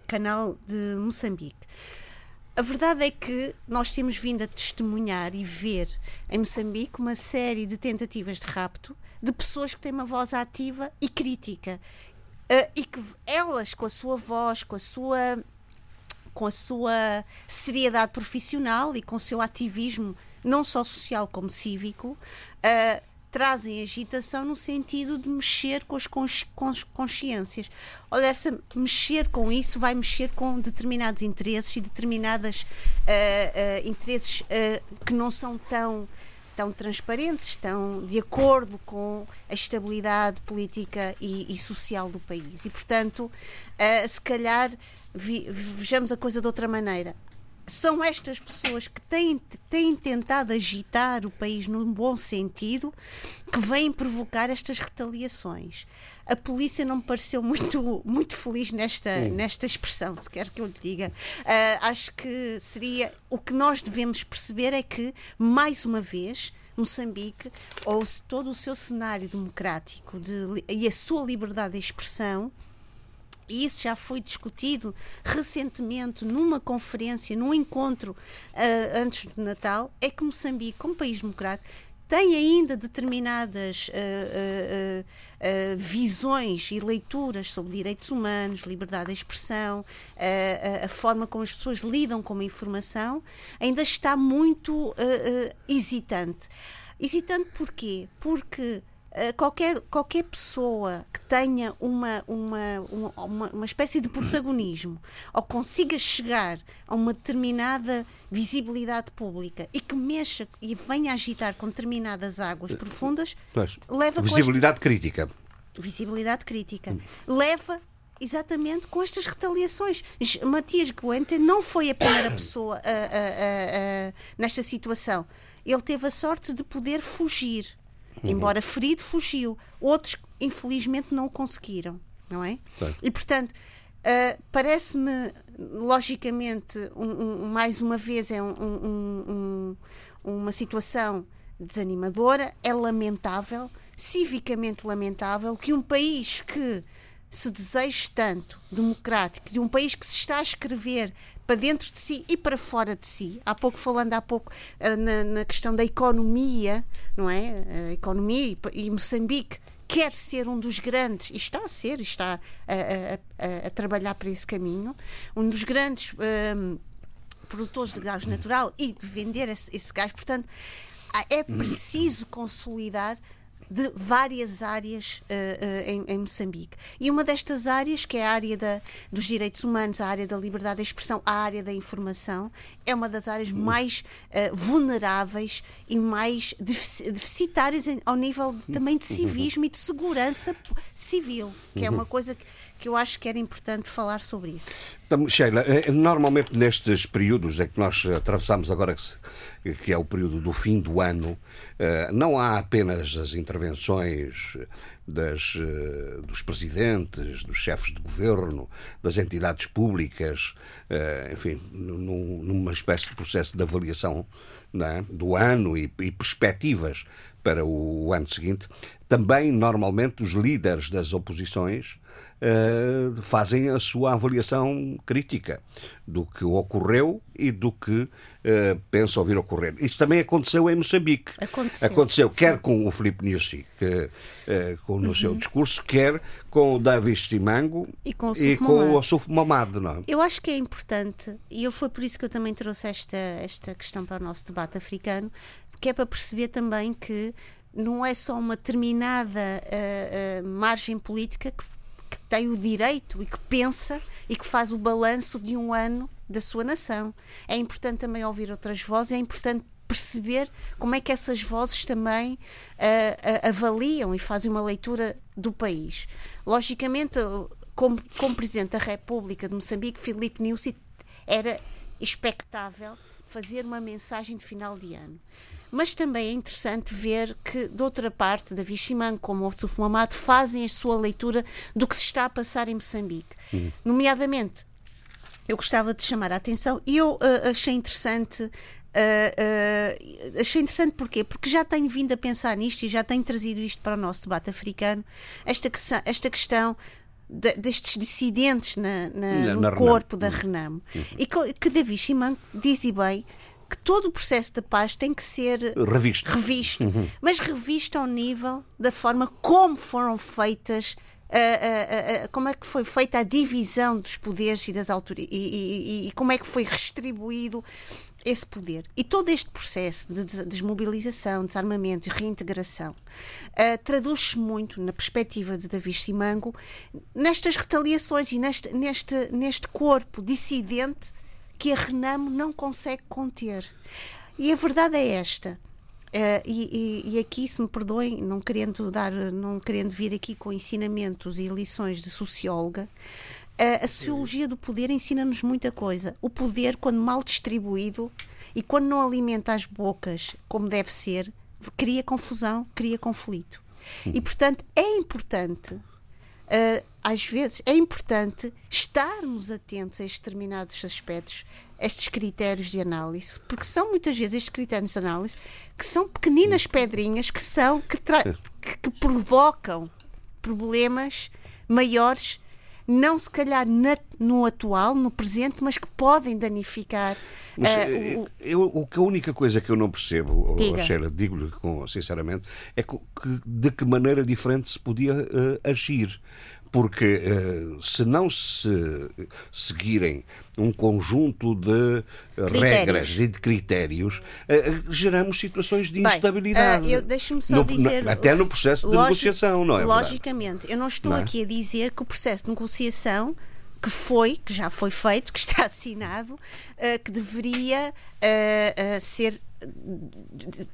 canal de Moçambique. A verdade é que nós temos vindo a testemunhar e ver em Moçambique uma série de tentativas de rapto de pessoas que têm uma voz ativa e crítica. Uh, e que elas, com a sua voz, com a sua, com a sua seriedade profissional e com o seu ativismo, não só social como cívico, uh, trazem agitação no sentido de mexer com as consci- consci- consciências. Olha, essa, mexer com isso vai mexer com determinados interesses e determinados uh, uh, interesses uh, que não são tão, tão transparentes, estão de acordo com a estabilidade política e, e social do país. E, portanto, uh, se calhar vi, vejamos a coisa de outra maneira. São estas pessoas que têm, têm tentado agitar o país num bom sentido que vêm provocar estas retaliações. A polícia não me pareceu muito, muito feliz nesta, nesta expressão, se quer que eu lhe diga. Uh, acho que seria... O que nós devemos perceber é que, mais uma vez, Moçambique, ou todo o seu cenário democrático de, e a sua liberdade de expressão, e isso já foi discutido recentemente numa conferência, num encontro uh, antes do Natal, é que Moçambique, como país democrático, tem ainda determinadas uh, uh, uh, uh, visões e leituras sobre direitos humanos, liberdade de expressão, uh, uh, a forma como as pessoas lidam com a informação, ainda está muito uh, uh, hesitante. Hesitante porquê? Porque Qualquer, qualquer pessoa que tenha uma, uma, uma, uma espécie de protagonismo ou consiga chegar a uma determinada visibilidade pública e que mexa e venha a agitar com determinadas águas profundas, Mas, leva visibilidade com este... crítica. Visibilidade crítica. Leva exatamente com estas retaliações. Matias Guente não foi a primeira pessoa a, a, a, a, nesta situação. Ele teve a sorte de poder fugir. Embora ferido, fugiu. Outros, infelizmente, não o conseguiram, não é? Sim. E, portanto, uh, parece-me, logicamente, um, um, mais uma vez, é um, um, um, uma situação desanimadora, é lamentável, civicamente lamentável, que um país que se deseja tanto democrático, de um país que se está a escrever para dentro de si e para fora de si, há pouco falando há pouco uh, na, na questão da economia, não é? A economia e, e Moçambique quer ser um dos grandes, e está a ser, está a, a, a, a trabalhar para esse caminho, um dos grandes um, produtores de gás natural e de vender esse, esse gás. Portanto, é preciso consolidar de várias áreas uh, uh, em, em Moçambique. E uma destas áreas, que é a área da, dos direitos humanos, a área da liberdade de expressão, a área da informação, é uma das áreas mais uh, vulneráveis e mais deficitárias em, ao nível de, também de civismo e de segurança civil, que é uma coisa que, que eu acho que era importante falar sobre isso. Então, Sheila, normalmente nestes períodos em que nós atravessamos agora, que é o período do fim do ano, não há apenas as intervenções das, dos presidentes, dos chefes de governo, das entidades públicas, enfim, num, numa espécie de processo de avaliação, não é, do ano e, e perspectivas para o ano seguinte. Também, normalmente, os líderes das oposições Uh, fazem a sua avaliação crítica do que ocorreu e do que uh, pensam vir ocorrer. Isto também aconteceu em Moçambique. Aconteceu, aconteceu quer com o Filipe Nyusi, que, uh, com, no uhum. seu discurso, quer com o David Simango e com o, e com o Ossuf Momad. Não é? Eu acho que é importante, e eu, foi por isso que eu também trouxe esta, esta questão para o nosso debate africano, que é para perceber também que não é só uma determinada uh, uh, margem política que tem o direito e que pensa e que faz o balanço de um ano da sua nação. É importante também ouvir outras vozes, é importante perceber como é que essas vozes também uh, uh, avaliam e fazem uma leitura do país. Logicamente, como, como Presidente da República de Moçambique, Filipe Nyusi era expectável fazer uma mensagem de final de ano. Mas também é interessante ver que, de outra parte, David Simango, como o Ossuf Momad, fazem a sua leitura do que se está a passar em Moçambique. Uhum. Nomeadamente, eu gostava de chamar a atenção, e eu uh, achei interessante, uh, uh, achei interessante porquê? Porque já tenho vindo a pensar nisto e já tenho trazido isto para o nosso debate africano, esta, que, esta questão de, destes dissidentes na, na, na, no na corpo Renamo. da Renamo. Uhum. E que, que David Simango diz e bem que todo o processo da paz tem que ser revisto, revisto uhum. mas revisto ao nível da forma como foram feitas, uh, uh, uh, como é que foi feita a divisão dos poderes e das autoridades, e, e, e como é que foi distribuído esse poder. E todo este processo de desmobilização, desarmamento e reintegração uh, traduz-se muito, na perspectiva de David Simango, nestas retaliações e neste, neste, neste corpo dissidente que a Renamo não consegue conter. E a verdade é esta. Uh, e, e, e aqui, se me perdoem, não querendo, dar, não querendo vir aqui com ensinamentos e lições de socióloga, uh, a sociologia do poder ensina-nos muita coisa. O poder, quando mal distribuído e quando não alimenta as bocas como deve ser, cria confusão, cria conflito. E, portanto, é importante... Uh, às vezes é importante estarmos atentos a estes determinados aspectos, estes critérios de análise, porque são muitas vezes estes critérios de análise que são pequeninas pedrinhas que, são, que, que, que provocam problemas maiores, não se calhar na, no atual, no presente, mas que podem danificar. Mas, uh, o, eu, a única coisa que eu não percebo, diga. Sheila, digo-lhe com, sinceramente, é que, de que maneira diferente se podia uh, agir. Porque uh, se não se seguirem um conjunto de critérios. regras e de critérios, uh, geramos situações de instabilidade. Bem, uh, deixe-me só no, dizer... No, até no processo de logi- negociação, não é Logicamente, verdade? eu não estou não é? aqui a dizer que o processo de negociação que foi, que já foi feito, que está assinado, uh, que deveria uh, uh, ser... Uh,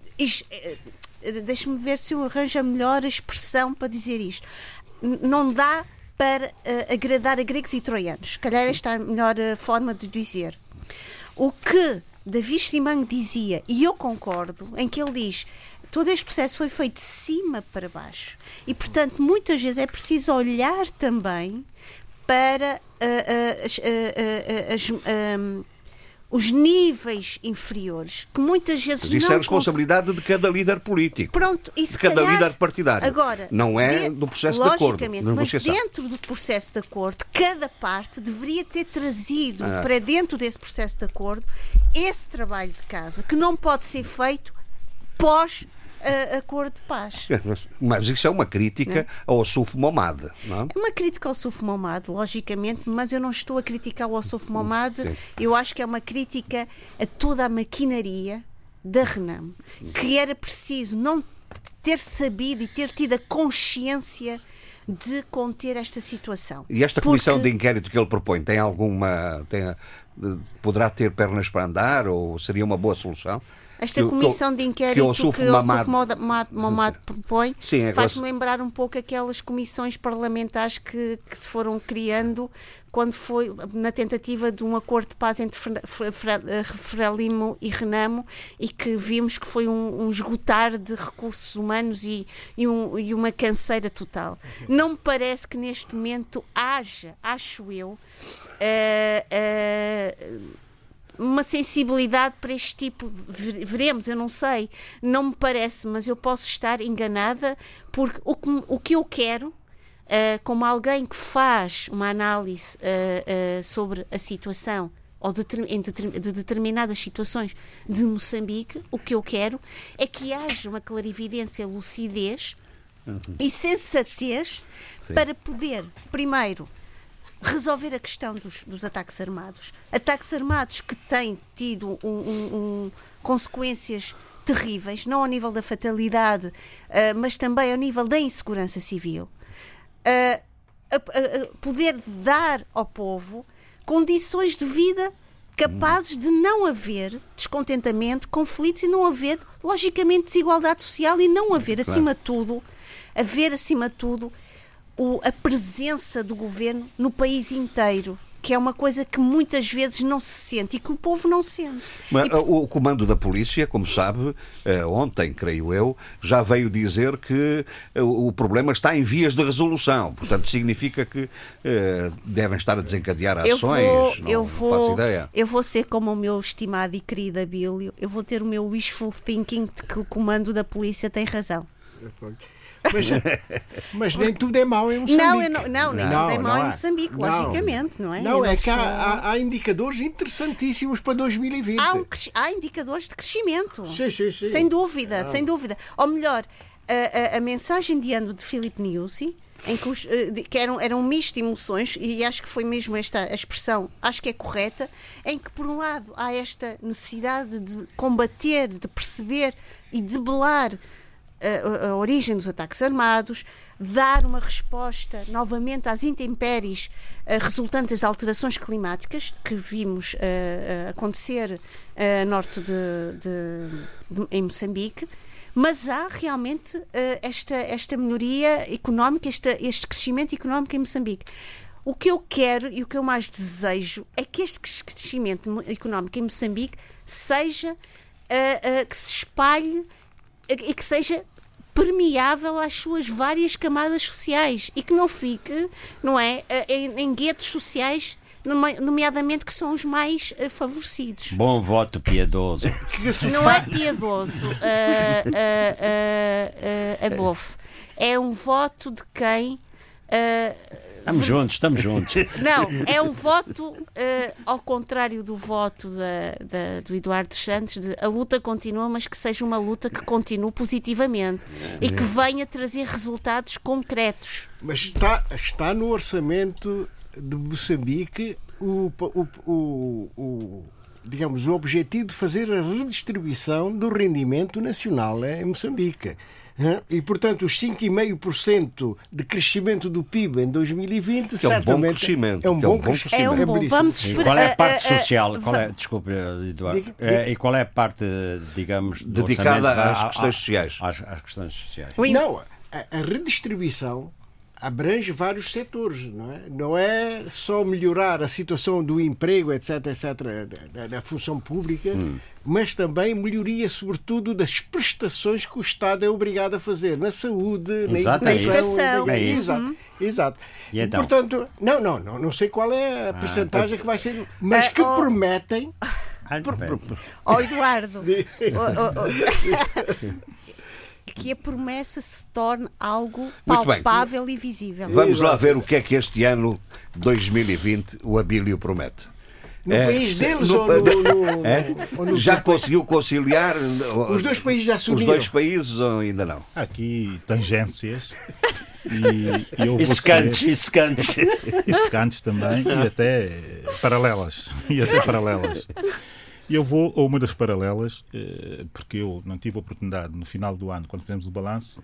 uh, deixe-me ver se eu arranjo a melhor expressão para dizer isto. Não dá para uh, agradar a gregos e troianos. Se calhar esta é a melhor uh, forma de dizer. O que David Simango dizia, e eu concordo, em que ele diz todo este processo foi feito de cima para baixo. E, portanto, muitas vezes é preciso olhar também para uh, uh, as, uh, uh, as, um, os níveis inferiores, que muitas vezes Mas isso não é a responsabilidade cons... de cada líder político. Pronto, e se de cada calhar, líder partidário. Agora, não é de, do processo de acordo. Logicamente, mas dentro do processo de acordo, cada parte deveria ter trazido ah. para dentro desse processo de acordo esse trabalho de casa, que não pode ser feito pós Uh, acordo de paz. Mas isso é uma crítica não. ao Ossuf Momad, não é? É uma crítica ao Ossuf Momad, logicamente, mas eu não estou a criticar o Ossuf Momad. Eu acho que é uma crítica a toda a maquinaria da Renamo, que era preciso não ter sabido e ter tido a consciência de conter esta situação. E esta comissão Porque... de inquérito que ele propõe tem alguma... Tem, poderá ter pernas para andar ou seria uma boa solução? Esta comissão de inquérito que o Ossuf Momad propõe é faz-me lembrar um pouco aquelas comissões parlamentares que, que se foram criando quando foi na tentativa de um acordo de paz entre Frelimo e Renamo, e que vimos que foi um, um esgotar de recursos humanos e, e, um, e uma canseira total. Não me parece que neste momento haja, acho eu, uh, uh, uma sensibilidade para este tipo, veremos, eu não sei, não me parece, mas eu posso estar enganada, porque o que, o que eu quero, uh, como alguém que faz uma análise uh, uh, sobre a situação, ou de, de determinadas situações de Moçambique, o que eu quero é que haja uma clarividência, lucidez uhum. e sensatez Sim. para poder, primeiro, resolver a questão dos, dos ataques armados. Ataques armados que têm tido um, um, um, consequências terríveis, não ao nível da fatalidade, uh, mas também ao nível da insegurança civil. Uh, a, a, a poder dar ao povo condições de vida capazes de não haver descontentamento, conflitos e não haver, logicamente, desigualdade social e não haver, claro. acima de tudo, haver, acima de tudo, O, a presença do governo no país inteiro, que é uma coisa que muitas vezes não se sente e que o povo não sente. Mas, e, o comando da polícia, como sabe, ontem, creio eu, já veio dizer que o problema está em vias de resolução. Portanto, significa que eh, devem estar a desencadear ações. Eu vou, não, eu não vou, faço ideia. Eu vou ser como o meu estimado e querido Abílio. Eu vou ter o meu wishful thinking de que o comando da polícia tem razão. Mas, mas nem tudo é mau em Moçambique. Não, eu não, não, nem Não, tudo é mau não em é. Moçambique, Não. logicamente, não é? Não, Eu é que estou- há, há- há indicadores interessantíssimos para dois mil e vinte. Há, um cres- há indicadores de crescimento. Sim, sim, sim. Sem dúvida, sem dúvida. Ou melhor, a, a- a mensagem de ano de Filipe Nyusi, em que, os, eh, de- que era, um, era um misto de emoções, e acho que foi mesmo esta a expressão, acho que é correta, em que, por um lado, há esta necessidade de combater, de perceber e debelar a, a, a origem dos ataques armados, dar uma resposta novamente às intempéries eh, resultantes das alterações climáticas que vimos eh, eh, acontecer eh, a norte de, de- de- em Moçambique. Mas há realmente eh, esta, esta melhoria económica, esta, este crescimento económico em Moçambique. O que eu quero e o que eu mais desejo é que este crescimento mo- económico em Moçambique seja, eh, eh, que se espalhe eh, e que seja permeável às suas várias camadas sociais e que não fique, não é, eh, em, em guetos sociais, nome- nomeadamente que são os mais eh, favorecidos. Bom voto piedoso. Não é piedoso, uh, uh, uh, uh, Adolfo. É um voto de quem. uh, Estamos juntos, estamos juntos. não, é um voto, uh, ao contrário do voto da, da- do Eduardo dos Santos, de a luta continua, mas que seja uma luta que continue positivamente e que venha trazer resultados concretos. Mas está, está no orçamento de Moçambique o, o, o, o, digamos, o objetivo de fazer a redistribuição do rendimento nacional em Moçambique. Hã? E, portanto, os cinco vírgula cinco por cento de crescimento do P I B em dois mil e vinte Que é um bom certamente crescimento, é um que é um bom bom crescimento. É um bom. belíssimo. Vamos E esperar. qual é a uh, parte uh, social? Qual é, va- desculpe, Eduardo. Diga, Eh, E qual é a parte, digamos, do Dedicada orçamento às a- a- questões sociais. Às, às questões sociais. o in- Não, a, a redistribuição abrange vários setores, não é? Não é só melhorar a situação do emprego, etc, etc, da, da função pública, Hum. mas também melhoria, sobretudo, das prestações que o Estado é obrigado a fazer na saúde, Exato, na é educação. isso. Na educação. na- É isso. Exato, exato. E E, então? portanto, não, não, não, não sei qual é a percentagem que vai ser, mas Ah, que oh. prometem. Ah, bem. Ó Eduardo, ó, ó, ó. que a promessa se torne algo Muito bem. palpável e visível. Vamos lá Exato. ver o que é que este ano dois mil e vinte o Abílio promete. No É, país se- deles no- ou no, no- É? ou no- Já conseguiu conciliar? Os dois países já se Os uniram. dois países ou ainda não? Há aqui tangências e, e eu E vou secantes, ser- e secantes. e secantes também e até paralelas e até paralelas. E eu vou a uma das paralelas eh, porque eu não tive a oportunidade no final do ano, quando fizemos o balanço,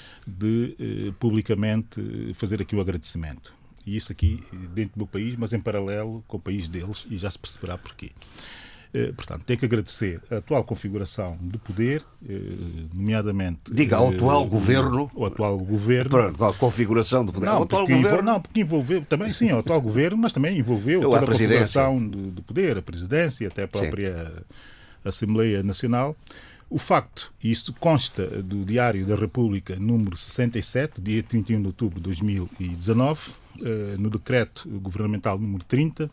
de eh, publicamente eh, fazer aqui o agradecimento. E isso aqui dentro do meu país, mas em paralelo com o país deles, e já se perceberá porquê. Eh, portanto, tenho que agradecer a atual configuração do poder, eh, nomeadamente... Diga, ao eh, atual o- governo. O atual governo. Para a configuração do poder. Não, o atual porque envol- governo. não, porque envolveu também, sim, o atual governo, mas também envolveu Eu, a toda a presidência. configuração do, do poder, a presidência, até a própria Assembleia Nacional. O facto, e isto consta do Diário da República, número sessenta e sete, dia trinta e um de outubro de dois mil e dezanove, eh, no decreto governamental número trinta,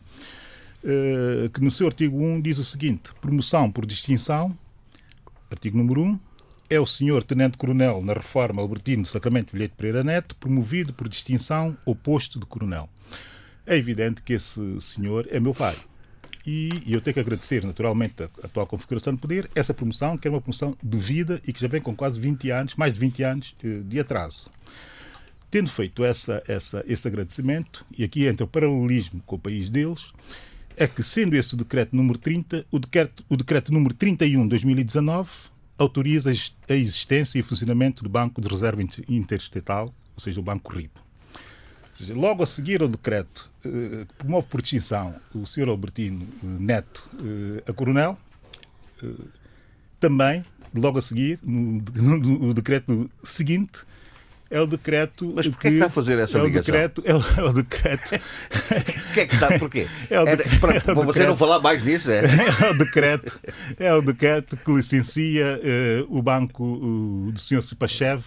eh, que no seu artigo um diz o seguinte: promoção por distinção, artigo número um, é o senhor Tenente-Coronel na Reforma Albertino Sacramento Vilhete Pereira Neto, promovido por distinção ao posto de Coronel. É evidente que esse senhor é meu pai. E, e eu tenho que agradecer, naturalmente, a, a atual configuração de poder, essa promoção, que é uma promoção devida e que já vem com quase vinte anos, mais de vinte anos eh, de atraso. Tendo feito essa, essa, esse agradecimento, e aqui entra o paralelismo com o país deles, é que, sendo esse o decreto número trinta, o decreto, o decreto número trinta e um de dois mil e dezanove autoriza a existência e funcionamento do Banco de Reserva Interestatal, ou seja, o Banco R I P. Ou seja, logo a seguir ao decreto eh, que promove por distinção o senhor Albertino eh, Neto eh, a coronel, eh, também, logo a seguir, no, no, no decreto seguinte, é o decreto... Mas porquê é que está a fazer essa é o ligação? decreto, é, o, é o decreto... O que é que está? Porquê? É o Era decreto- para, é o para você decreto. não falar mais nisso, é? É o decreto, é o decreto que licencia eh, o banco uh, do senhor Sipachev,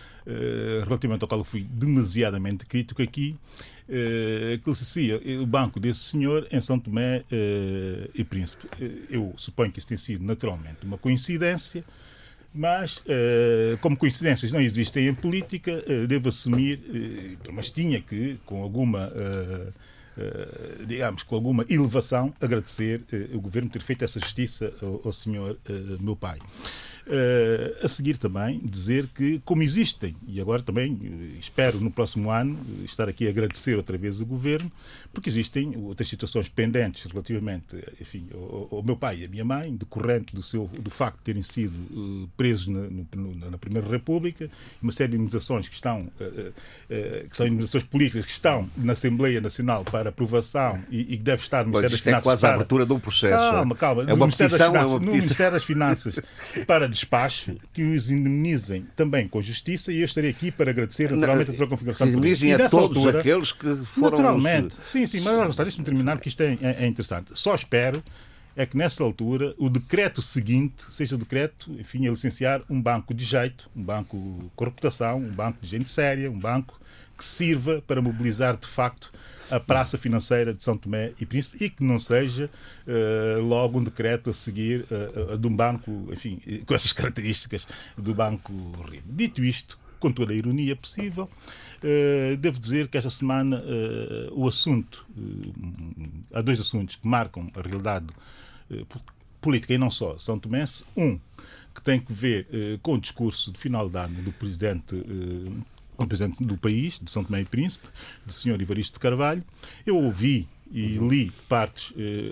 eh, relativamente ao qual eu fui demasiadamente crítico aqui, eh, que licencia o banco desse senhor em São Tomé eh, e Príncipe. Eh, Eu suponho que isso tenha sido naturalmente uma coincidência, Mas, uh, como coincidências não existem em política, uh, devo assumir, uh, mas tinha que, com alguma, uh, uh, digamos, com alguma elevação, agradecer uh, o Governo ter feito essa justiça ao, ao senhor uh, meu pai. Uh, a seguir também dizer que, como existem, e agora também uh, espero no próximo ano uh, estar aqui a agradecer outra vez o Governo, porque existem outras situações pendentes relativamente, enfim, ao, ao meu pai e à minha mãe, decorrente do, seu, do facto de terem sido uh, presos na, no, na Primeira República, uma série de indemnizações que estão, uh, uh, que são indemnizações políticas que estão na Assembleia Nacional para aprovação e, e que deve estar no Ministério das Finanças. É quase para... a abertura de um processo. Calma, calma. É uma petição, é uma no petição. Ministério das Finanças para despacho, que os indemnizem também com justiça, e eu estarei aqui para agradecer naturalmente a tua configuração. Indemnizem a todos altura, aqueles que foram... Naturalmente. Os... Sim, sim, mas deixa-me terminar, porque isto é, é, é interessante. Só espero é que nessa altura o decreto seguinte seja o decreto, enfim, a licenciar um banco de jeito, um banco com reputação, um banco de gente séria, um banco que sirva para mobilizar de facto a praça financeira de São Tomé e Príncipe, e que não seja uh, logo um decreto a seguir uh, uh, de um banco, enfim, com essas características do Banco Ribe. Dito isto, com toda a ironia possível, uh, devo dizer que esta semana uh, o assunto, uh, há dois assuntos que marcam a realidade uh, política e não só São Tomense. Um, que tem que ver uh, com o discurso de final de ano do Presidente uh, o Presidente do país, de São Tomé e Príncipe, do senhor Evaristo de Carvalho. Eu ouvi e li partes eh,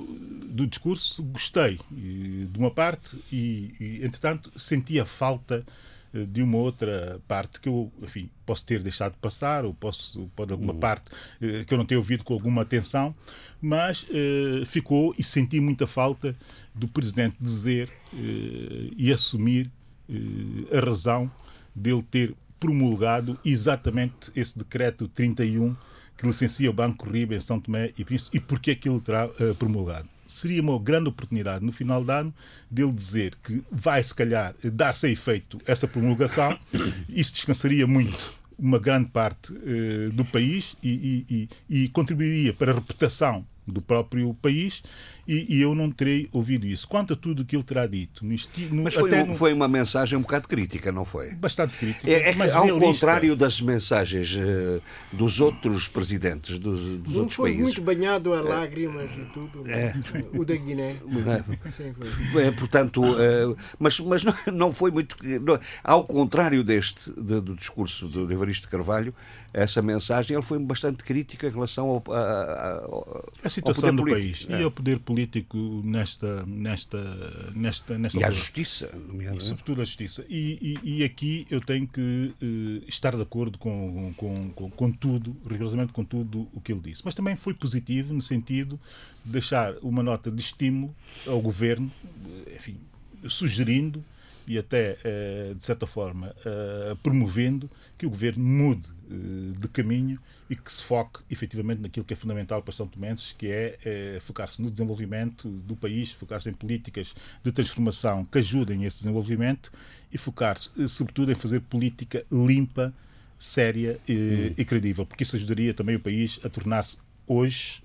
do discurso, gostei eh, de uma parte e, e, entretanto, senti a falta eh, de uma outra parte que eu, enfim, posso ter deixado passar, ou posso, pode alguma uhum. parte eh, que eu não tenha ouvido com alguma atenção, mas eh, ficou, e senti muita falta do Presidente dizer eh, e assumir eh, a razão dele ter promulgado exatamente esse decreto trinta e um que licencia o Banco Ribe em São Tomé e Príncipe, e porquê que ele terá uh, promulgado. Seria uma grande oportunidade no final de ano dele dizer que vai, se calhar, dar-se a efeito essa promulgação. Isso descansaria muito uma grande parte uh, do país e, e, e, e contribuiria para a reputação do próprio país, e, e eu não terei ouvido isso. Quanto a tudo o que ele terá dito... No esti... Mas foi, um, no... foi uma mensagem um bocado crítica, não foi? Bastante crítica. É, é mas ao realista. contrário das mensagens uh, dos outros presidentes dos, dos não outros foi países. Muito banhado a lágrimas e tudo. É. O da Guiné. Sim, foi. É, portanto, uh, mas, mas não, não foi muito... Não, ao contrário deste, de, do discurso de Evaristo de Carvalho, essa mensagem ele foi bastante crítica em relação ao, a, a, a situação do político. país é. E ao poder político nesta nesta nesta nesta e à altura. Justiça, e sobretudo a justiça. E, e, e aqui eu tenho que uh, estar de acordo com, com, com, com tudo, rigorosamente com tudo o que ele disse. Mas também foi positivo no sentido de deixar uma nota de estímulo ao governo, enfim, sugerindo e até, de certa forma, promovendo que o governo mude de caminho e que se foque efetivamente naquilo que é fundamental para os São Tomenses, que é, é focar-se no desenvolvimento do país, focar-se em políticas de transformação que ajudem esse desenvolvimento e focar-se, sobretudo, em fazer política limpa, séria e, hum. e credível, porque isso ajudaria também o país a tornar-se hoje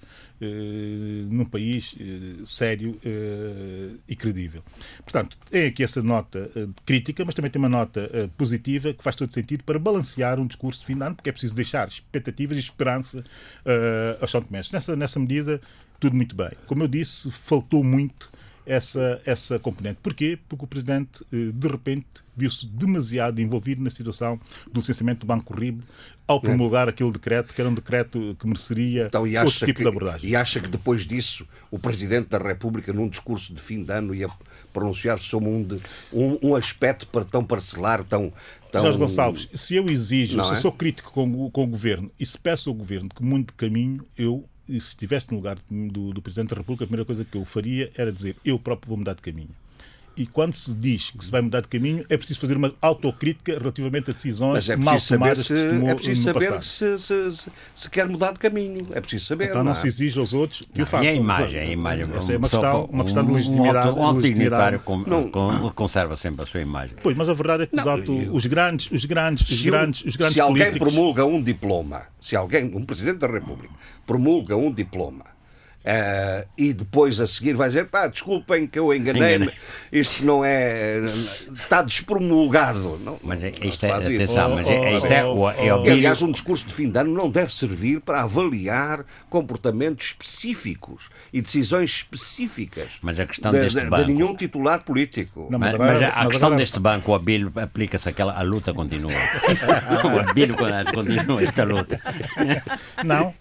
Uh, num país uh, sério uh, e credível. Portanto, tem aqui essa nota uh, crítica, mas também tem uma nota uh, positiva que faz todo sentido para balancear um discurso de fim de ano, porque é preciso deixar expectativas e esperança uh, aos São Tomenses. Nessa, nessa medida, tudo muito bem. Como eu disse, faltou muito essa, essa componente. Porquê? Porque o Presidente, uh, de repente, viu-se demasiado envolvido na situação do licenciamento do Banco Ribe ao promulgar é. aquele decreto, que era um decreto que mereceria então, e outro tipo que, de abordagem. E acha que depois disso o Presidente da República, num discurso de fim de ano, ia pronunciar-se sobre um, de, um, um aspecto para, tão parcelar, tão... tão... Jorge Gonçalves, se eu exijo, Não se é? sou crítico com, com o Governo e se peço ao Governo que mude de caminho, eu, se estivesse no lugar do, do Presidente da República, a primeira coisa que eu faria era dizer, eu próprio vou mudar de caminho. E quando se diz que se vai mudar de caminho, é preciso fazer uma autocrítica relativamente a decisões é mal tomadas se, que se tomou É preciso no saber passado. Se, se, se, se quer mudar de caminho. É preciso saber. Então não, não é? se exige aos outros que não, o façam. E a imagem, a imagem. Essa é uma questão, uma questão de legitimidade. Um alto dignitário não, conserva sempre a sua imagem. Pois, mas a verdade é que os, não, auto, eu, os grandes, os grandes, os se, grandes, os grandes se alguém políticos... promulga um diploma, se alguém, um Presidente da República, promulga um diploma Uh, e depois a seguir vai dizer, pá, desculpem que eu enganei-me, isto não é, está despromulgado. Não, mas não, isto não é, se atenção, mas Oh, é, isto é, oh, o- é o E, aliás, um discurso de fim de ano não deve servir para avaliar comportamentos específicos e decisões específicas Mas a questão de, deste de- de banco- nenhum titular político. Não, Mas, agora- mas a mas questão agora- deste banco, o Abílio, aplica-se aquela. A luta continua. O Abílio continua esta luta. Não.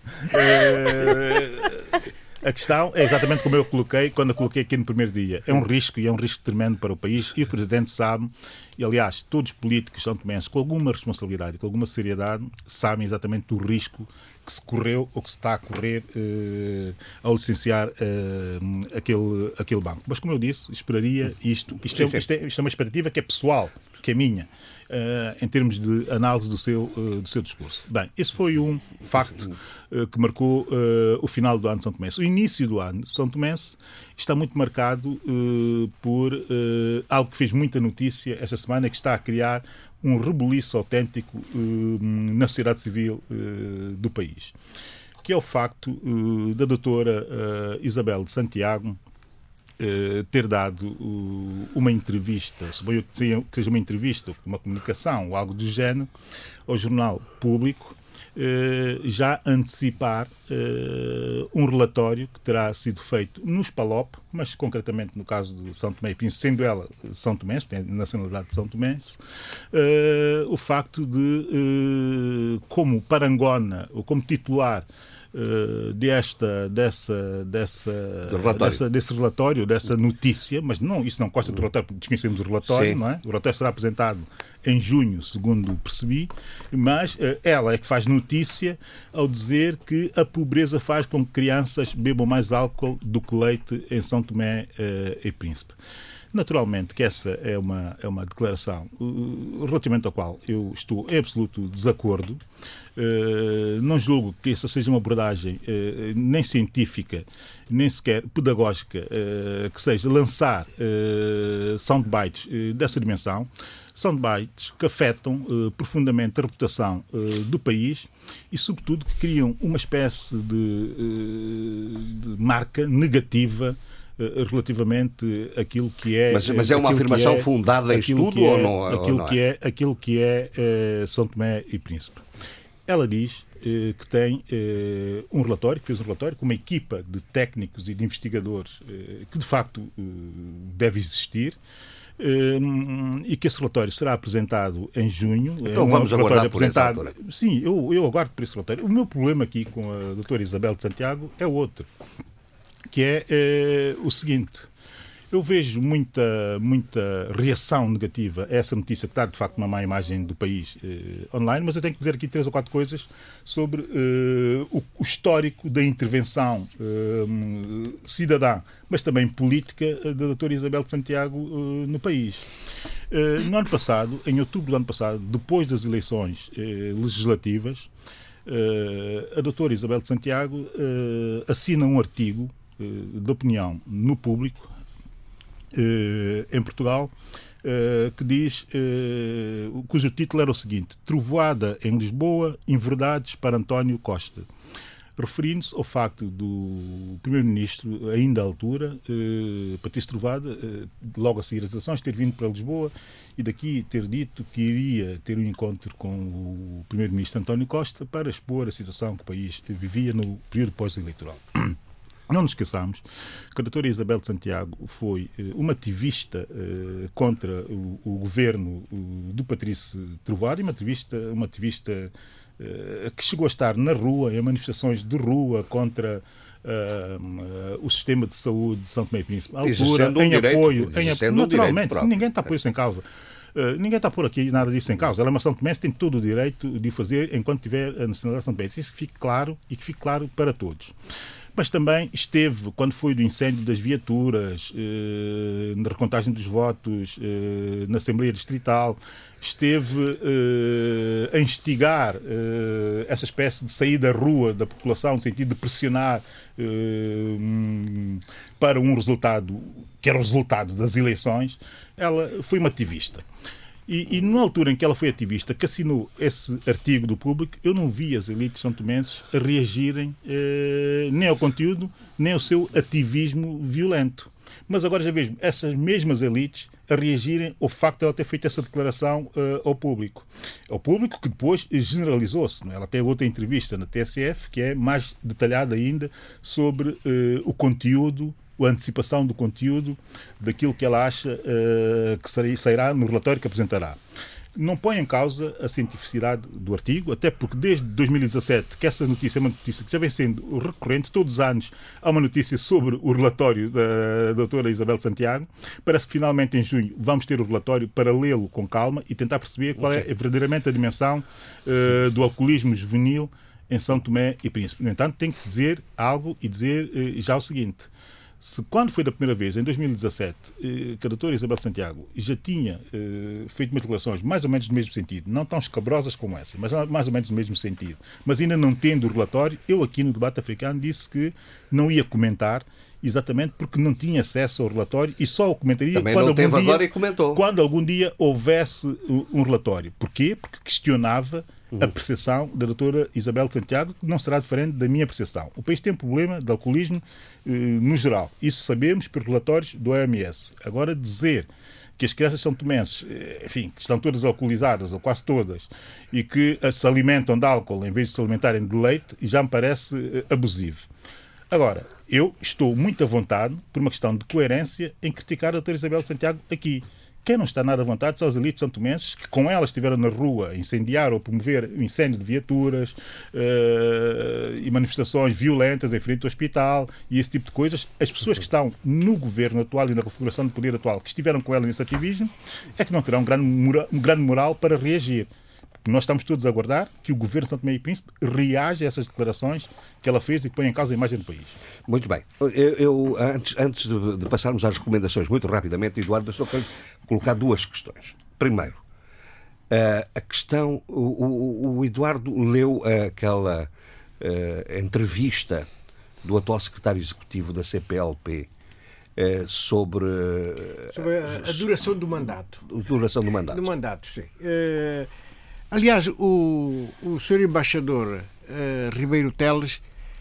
Eh, a questão é exatamente como eu coloquei quando eu coloquei aqui no primeiro dia. É um risco e é um risco tremendo para o país e o Presidente sabe, e aliás, todos os políticos são tomenses com alguma responsabilidade, com alguma seriedade, sabem exatamente o risco que se correu ou que se está a correr eh, ao licenciar eh, aquele, aquele banco. Mas como eu disse, esperaria isto. Isto é, isto é, isto é uma expectativa que é pessoal, que é minha, uh, em termos de análise do seu, uh, do seu discurso. Bem, esse foi um facto uh, que marcou uh, o final do ano de São Tomense. O início do ano de São Tomense está muito marcado uh, por uh, algo que fez muita notícia esta semana, que está a criar um rebuliço autêntico uh, na sociedade civil uh, do país, que é o facto uh, da doutora uh, Isabel de Santiago Uh, ter dado uh, uma entrevista, suponho que seja uma entrevista, uma comunicação ou algo do género, ao jornal Público, uh, já antecipar uh, um relatório que terá sido feito nos PALOP, mas concretamente no caso de São Tomé e Príncipe, sendo ela São Tomense, tem a nacionalidade de São Tomense, uh, o facto de, uh, como parangona ou como titular Uh, desta, dessa, dessa, dessa, desse relatório, dessa notícia, mas não, isso não consta do relatório, porque desconhecemos o relatório, Sim. não é? O relatório será apresentado em junho, segundo percebi, mas uh, ela é que faz notícia ao dizer que a pobreza faz com que crianças bebam mais álcool do que leite em São Tomé uh, e Príncipe. Naturalmente que essa é uma, é uma declaração uh, relativamente à qual eu estou em absoluto desacordo. Uh, não julgo que essa seja uma abordagem uh, nem científica, nem sequer pedagógica, uh, que seja lançar uh, soundbites uh, dessa dimensão. Soundbites que afetam uh, profundamente a reputação uh, do país e, sobretudo, que criam uma espécie de, uh, de marca negativa relativamente àquilo que é... Mas, mas é uma afirmação é, fundada em estudo é, ou não, aquilo ou não é? Que é? Aquilo que é uh, São Tomé e Príncipe. Ela diz uh, que tem uh, um relatório, que fez um relatório com uma equipa de técnicos e de investigadores uh, que de facto uh, deve existir, Uh, e que esse relatório será apresentado em junho. Então é um vamos aguardar apresentado... por essa altura. Sim, eu, eu aguardo por esse relatório. O meu problema aqui com a doutora Isabel de Santiago é outro, que é eh, o seguinte. Eu vejo muita, muita reação negativa a essa notícia que dá, de facto, uma má imagem do país eh, online, mas eu tenho que dizer aqui três ou quatro coisas sobre eh, o, o histórico da intervenção eh, cidadã, mas também política, da doutora Isabel de Santiago eh, no país. Eh, no ano passado, em outubro do ano passado, depois das eleições eh, legislativas, eh, a doutora Isabel de Santiago eh, assina um artigo eh, de opinião no Público, Uh, em Portugal, uh, que diz, uh, cujo título era o seguinte: Trovoada em Lisboa, inverdades para António Costa, referindo-se ao facto do primeiro-ministro, ainda à altura, uh, Patrício Trovoada, uh, logo a seguir as eleições, ter vindo para Lisboa e daqui ter dito que iria ter um encontro com o primeiro-ministro António Costa para expor a situação que o país vivia no período pós-eleitoral. Não nos esqueçamos que a doutora Isabel de Santiago foi uh, uma ativista uh, contra o, o governo uh, do Patrício Trovoada, uma ativista, uma ativista uh, que chegou a estar na rua, em manifestações de rua contra uh, uh, o sistema de saúde de São Tomé e Príncipe. À altura, um em direito, apoio, em apoio, naturalmente, um ninguém está a pôr isso em causa. Uh, ninguém está a pôr aqui nada disso em causa. Ela é uma São Tomense, tem todo o direito de o fazer enquanto tiver a nacionalidade São Tomense. Isso que fique claro e que fique claro para todos. Mas também esteve, quando foi do incêndio das viaturas, eh, na recontagem dos votos, eh, na Assembleia Distrital, esteve eh, a instigar eh, essa espécie de saída à rua da população, no sentido de pressionar eh, para um resultado, que era o resultado das eleições. Ela foi uma ativista. E, e na altura em que ela foi ativista, que assinou esse artigo do Público, eu não vi as elites santomenses a reagirem eh, nem ao conteúdo, nem ao seu ativismo violento. Mas agora já vejo essas mesmas elites a reagirem ao facto de ela ter feito essa declaração uh, ao público. Ao público que depois generalizou-se. Não é? Ela tem outra entrevista na T S F que é mais detalhada ainda sobre uh, o conteúdo, a antecipação do conteúdo daquilo que ela acha uh, que sairá no relatório que apresentará. Não põe em causa a cientificidade do artigo, até porque desde dois mil e dezassete, que essa notícia é uma notícia que já vem sendo recorrente, todos os anos há uma notícia sobre o relatório da doutora Isabel Santiago. Parece que finalmente em junho vamos ter o relatório para lê-lo com calma e tentar perceber qual é verdadeiramente a dimensão uh, do alcoolismo juvenil em São Tomé e Príncipe. No entanto, tenho que dizer algo e dizer uh, já o seguinte. Se quando foi da primeira vez, em dois mil e dezassete, que a doutora Isabel Santiago já tinha eh, feito umas declarações mais ou menos no mesmo sentido, não tão escabrosas como essa, mas mais ou menos no mesmo sentido, mas ainda não tendo o relatório, eu aqui no debate africano disse que não ia comentar, exatamente porque não tinha acesso ao relatório e só o comentaria Também quando, não teve algum dia, agora e comentou. quando algum dia houvesse um relatório. Porquê? Porque questionava a percepção da doutora Isabel de Santiago, que não será diferente da minha percepção. O país tem um problema de alcoolismo eh, no geral. Isso sabemos por relatórios do O M S. Agora, dizer que as crianças são tomenses, enfim, que estão todas alcoolizadas, ou quase todas, e que se alimentam de álcool em vez de se alimentarem de leite, já me parece eh, abusivo. Agora, eu estou muito à vontade, por uma questão de coerência, em criticar a doutora Isabel de Santiago aqui. Quem não está nada à vontade são as elites santomenses que com elas estiveram na rua a incendiar ou promover o incêndio de viaturas uh, e manifestações violentas em frente ao hospital e esse tipo de coisas. As pessoas que estão no governo atual e na configuração do poder atual que estiveram com ela nesse ativismo é que não terão um grande moral, um grande moral para reagir. Nós estamos todos a aguardar que o governo de São Tomé e Príncipe reaja a essas declarações que ela fez e que põe em causa a imagem do país. Muito bem. Eu, eu antes, antes de, de passarmos às recomendações, muito rapidamente, Eduardo, eu só quero colocar duas questões. Primeiro, uh, a questão... O, o, o Eduardo leu aquela uh, entrevista do atual secretário executivo da C P L P uh, sobre... Uh, sobre a, a duração do mandato. A duração do mandato. Do mandato, sim. Uh, aliás, o, o senhor embaixador uh, Ribeiro Teles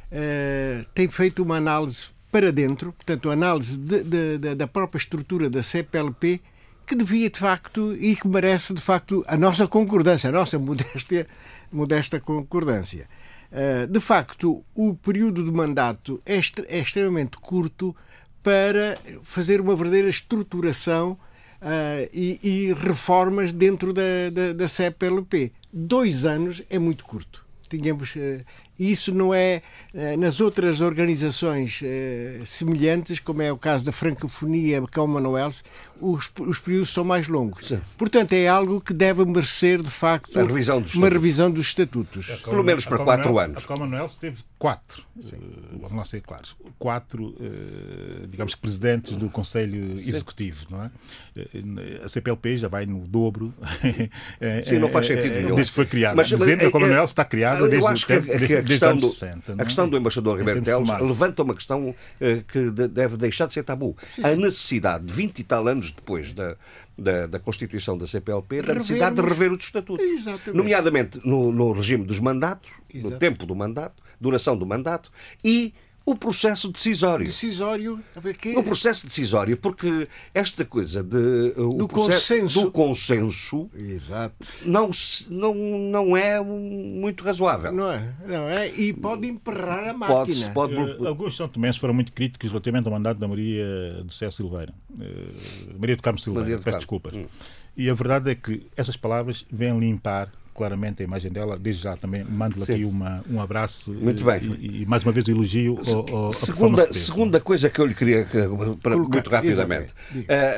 uh, tem feito uma análise para dentro, portanto, a análise de, de, de, da própria estrutura da C P L P, que devia, de facto, e que merece, de facto, a nossa concordância, a nossa modéstia, modesta concordância. Uh, de facto, o período de mandato é, é extremamente curto para fazer uma verdadeira estruturação uh, e, e reformas dentro da, da, da C P L P. Dois anos é muito curto. Tínhamos, uh, isso não é uh, nas outras organizações uh, semelhantes, como é o caso da Francofonia Commonwealth, os, os períodos são mais longos. Sim. Portanto, é algo que deve merecer, de facto, a revisão dos uma revisão dos estatutos. Pelo menos para quatro anos. A Commonwealth teve quatro, uh, vamos lá ser claros, quatro, uh, digamos que presidentes do Conselho Sim. Executivo, não é? Uh, a C P L P já vai no dobro. Sim, não faz sentido nenhum. Desde que foi criada. Mas, Dizendo que a Commonwealth é, está criada desde eu acho o tempo, que, que desde, a, questão desde do, os sessenta, a questão do embaixador Ribeiro Teles levanta uma questão uh, que de, deve deixar de ser tabu. Sim, sim. A necessidade, de vinte e tal anos depois da, da, da constituição da C P L P, da necessidade de rever os estatutos. Exatamente. Nomeadamente no, no regime dos mandatos, Exato. no tempo do mandato, duração do mandato e o processo decisório. Decisório. Que... O processo decisório, porque esta coisa de, o do processo, consenso, do consenso Exato. Não, não, não é muito razoável. Não é, não é, e pode emperrar a Pode, máquina. pode... Uh, alguns são tomenses foram muito críticos relativamente ao mandato da Maria de Cé Silveira. Uh, Maria do Carmo Silveira, peço Carmo. desculpas. Hum. E a verdade é que essas palavras vêm limpar claramente a imagem dela. Desde já também mando-lhe aqui uma, um abraço. Muito bem. E, e mais uma vez o elogio ao, ao, segunda, a segunda coisa que eu lhe queria para, muito rapidamente uh,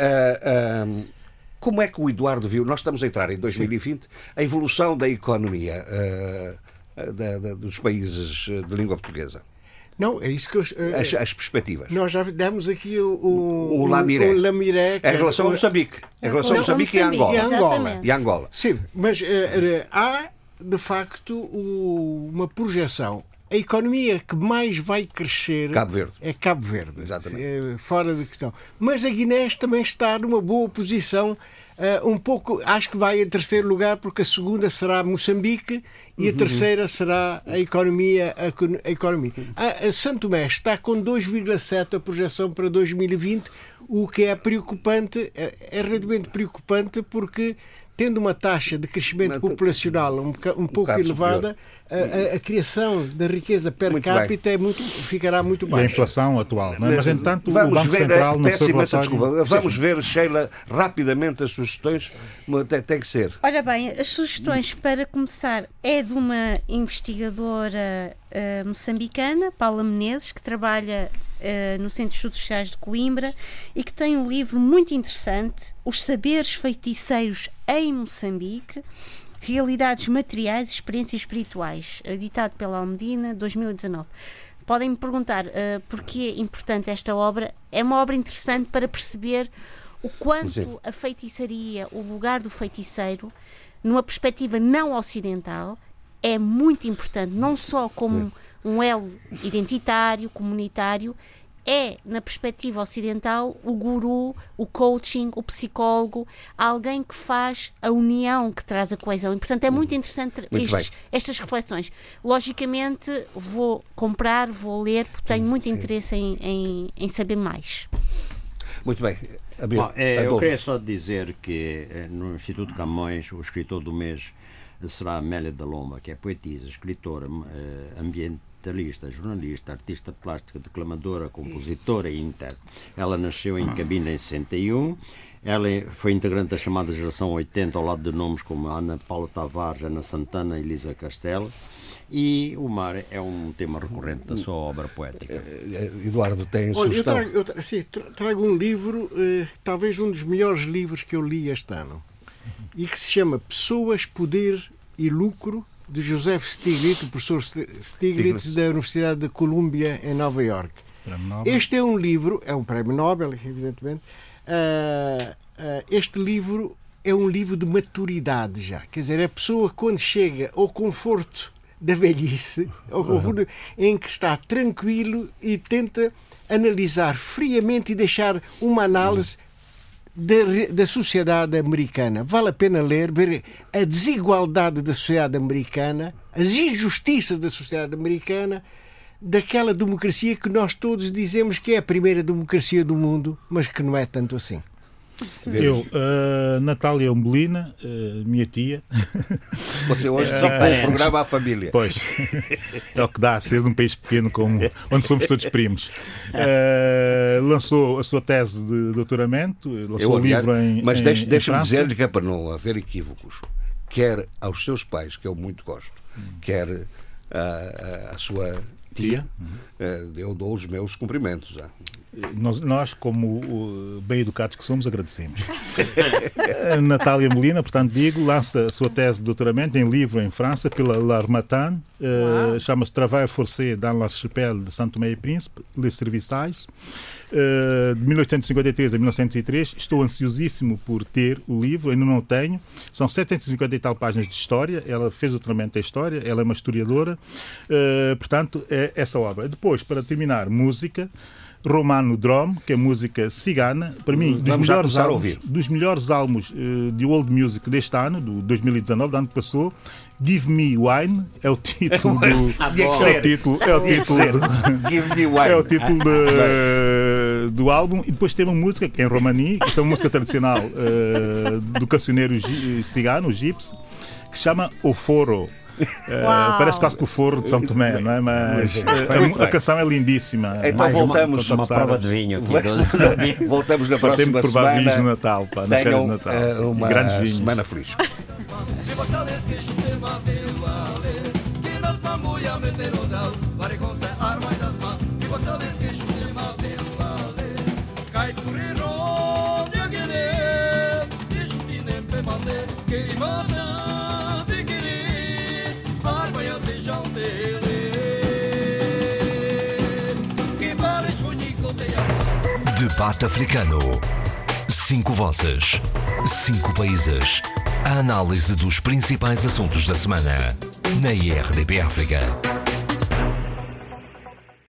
uh, uh, como é que o Eduardo viu, nós estamos a entrar em dois mil e vinte, Sim. a evolução da economia uh, da, da, dos países de língua portuguesa? Não, é isso que eu, uh, as, as perspectivas. Nós já demos aqui o, o, o Lamiré. O Lamiré em relação a Moçambique. Em relação a Moçambique e Angola. E Angola. E Angola. Sim, mas uh, uh, há, de facto, o, uma projeção. A economia que mais vai crescer Cabo Verde. é Cabo Verde. Exatamente. É, fora de questão. Mas a Guiné também está numa boa posição uh, um pouco, acho que vai em terceiro lugar, porque a segunda será Moçambique e a terceira será a economia. A, a economia. A, a São Tomé está com dois vírgula sete a projeção para dois mil e vinte, o que é preocupante, é, é realmente preocupante, porque tendo uma taxa de crescimento populacional um, um pouco um elevada, a, a, a criação da riqueza per muito capita é muito, ficará muito baixa. E a inflação atual. Não é? Mas, entanto, vamos o Banco ver, Central... é, peço imensa relatório... desculpa. Vamos ver, Sheila, rapidamente as sugestões. Tem, tem que ser. Ora bem, as sugestões, para começar, é de uma investigadora uh, moçambicana, Paula Menezes, que trabalha Uh, no Centro de Estudos Sociais de Coimbra e que tem um livro muito interessante, Os Saberes Feiticeiros em Moçambique, Realidades Materiais e Experiências Espirituais, editado pela Almedina, dois mil e dezanove. Podem-me perguntar uh, porquê é importante esta obra. É uma obra interessante para perceber o quanto Sim. a feitiçaria, o lugar do feiticeiro, numa perspectiva não ocidental, é muito importante, não só como Sim. um elo identitário, comunitário, é, na perspectiva ocidental, o guru, o coaching, o psicólogo, alguém que faz a união, que traz a coesão. E, portanto, é muito interessante muito estes, estas reflexões. Logicamente, vou comprar, vou ler, porque tenho muito sim. interesse em, em, em saber mais. Muito bem. Bom, é, eu queria só dizer que no Instituto Camões, o escritor do mês será Amélia da Lomba, que é poetisa, escritora, ambientalista, jornalista, artista plástica, declamadora, compositora e intérprete. Ela nasceu em Cabinda em sessenta e um. Ela foi integrante da chamada geração oitenta, ao lado de nomes como Ana Paula Tavares, Ana Santana e Elisa Castelo. E o mar é um tema recorrente da sua obra poética. Eduardo, tem Olha, sugestão? Eu trago, eu trago, sim, trago um livro, eh, talvez um dos melhores livros que eu li este ano, e que se chama Pessoas, Poder e Lucro, de Joseph Stiglitz, o professor Stiglitz da Universidade de Colômbia, em Nova Iorque. Este é um livro, é um prémio Nobel, evidentemente. Uh, uh, este livro é um livro de maturidade já. Quer dizer, a pessoa, quando chega ao conforto da velhice, ao conforto em que está tranquilo e tenta analisar friamente e deixar uma análise Da, da sociedade americana. Vale a pena ler, ver a desigualdade da sociedade americana, as injustiças da sociedade americana, daquela democracia que nós todos dizemos que é a primeira democracia do mundo, mas que não é tanto assim. Eu, uh, Natália Umbelina, uh, minha tia. Você hoje só põe o programa à família. Pois, é o que dá a ser de um país pequeno como, onde somos todos primos. Uh, lançou a sua tese de doutoramento, lançou Eu, o livro em Mas em, deixa, em deixa-me França. dizer-lhe que é para não haver equívocos, quer aos seus pais, que eu muito gosto, quer a, a, a sua tia, uh, eu dou os meus cumprimentos. Já. Nós, nós, como uh, bem educados que somos, agradecemos. A Natália Molina, portanto, digo, lança a sua tese de doutoramento em livro em França pela L'Harmattan, uh, chama-se Travail forcé dans l'archipel de São Tomé e Príncipe, Les Serviçais, uh, de mil oitocentos e cinquenta e três a mil novecentos e três. Estou ansiosíssimo por ter o livro, ainda não o tenho. São setecentas e cinquenta e tal páginas de história. Ela fez doutoramento da história, ela é uma historiadora, uh, portanto, é essa obra. Depois, para terminar, música. Romano Drum, que é música cigana, para mim, dos Vamos melhores, a álbuns, ouvir. dos melhores álbuns uh, de Old Music deste ano, do dois mil e dezanove, do ano que passou. Give Me Wine é o título do. Tinha que é ser. o título, é o título, Give Me Wine. é o título de, do álbum. E depois tem uma música que é em romani, que é uma música tradicional uh, do cancioneiro gi- cigano, o gypsy, que se chama O Foro. Uh, parece quase que o forro de São Tomé, não é? Mas uh, a, a canção é lindíssima. Então Mais voltamos. Uma, uma prova de vinho aqui. Do... Voltamos na Só próxima temos que provar vinhos semana. no Natal, pá, nas férias de Natal. Uh, uma Grandes vinhos. semana feliz. Debate Africano. Cinco vozes. Cinco países. A análise dos principais assuntos da semana. Na I R D P África.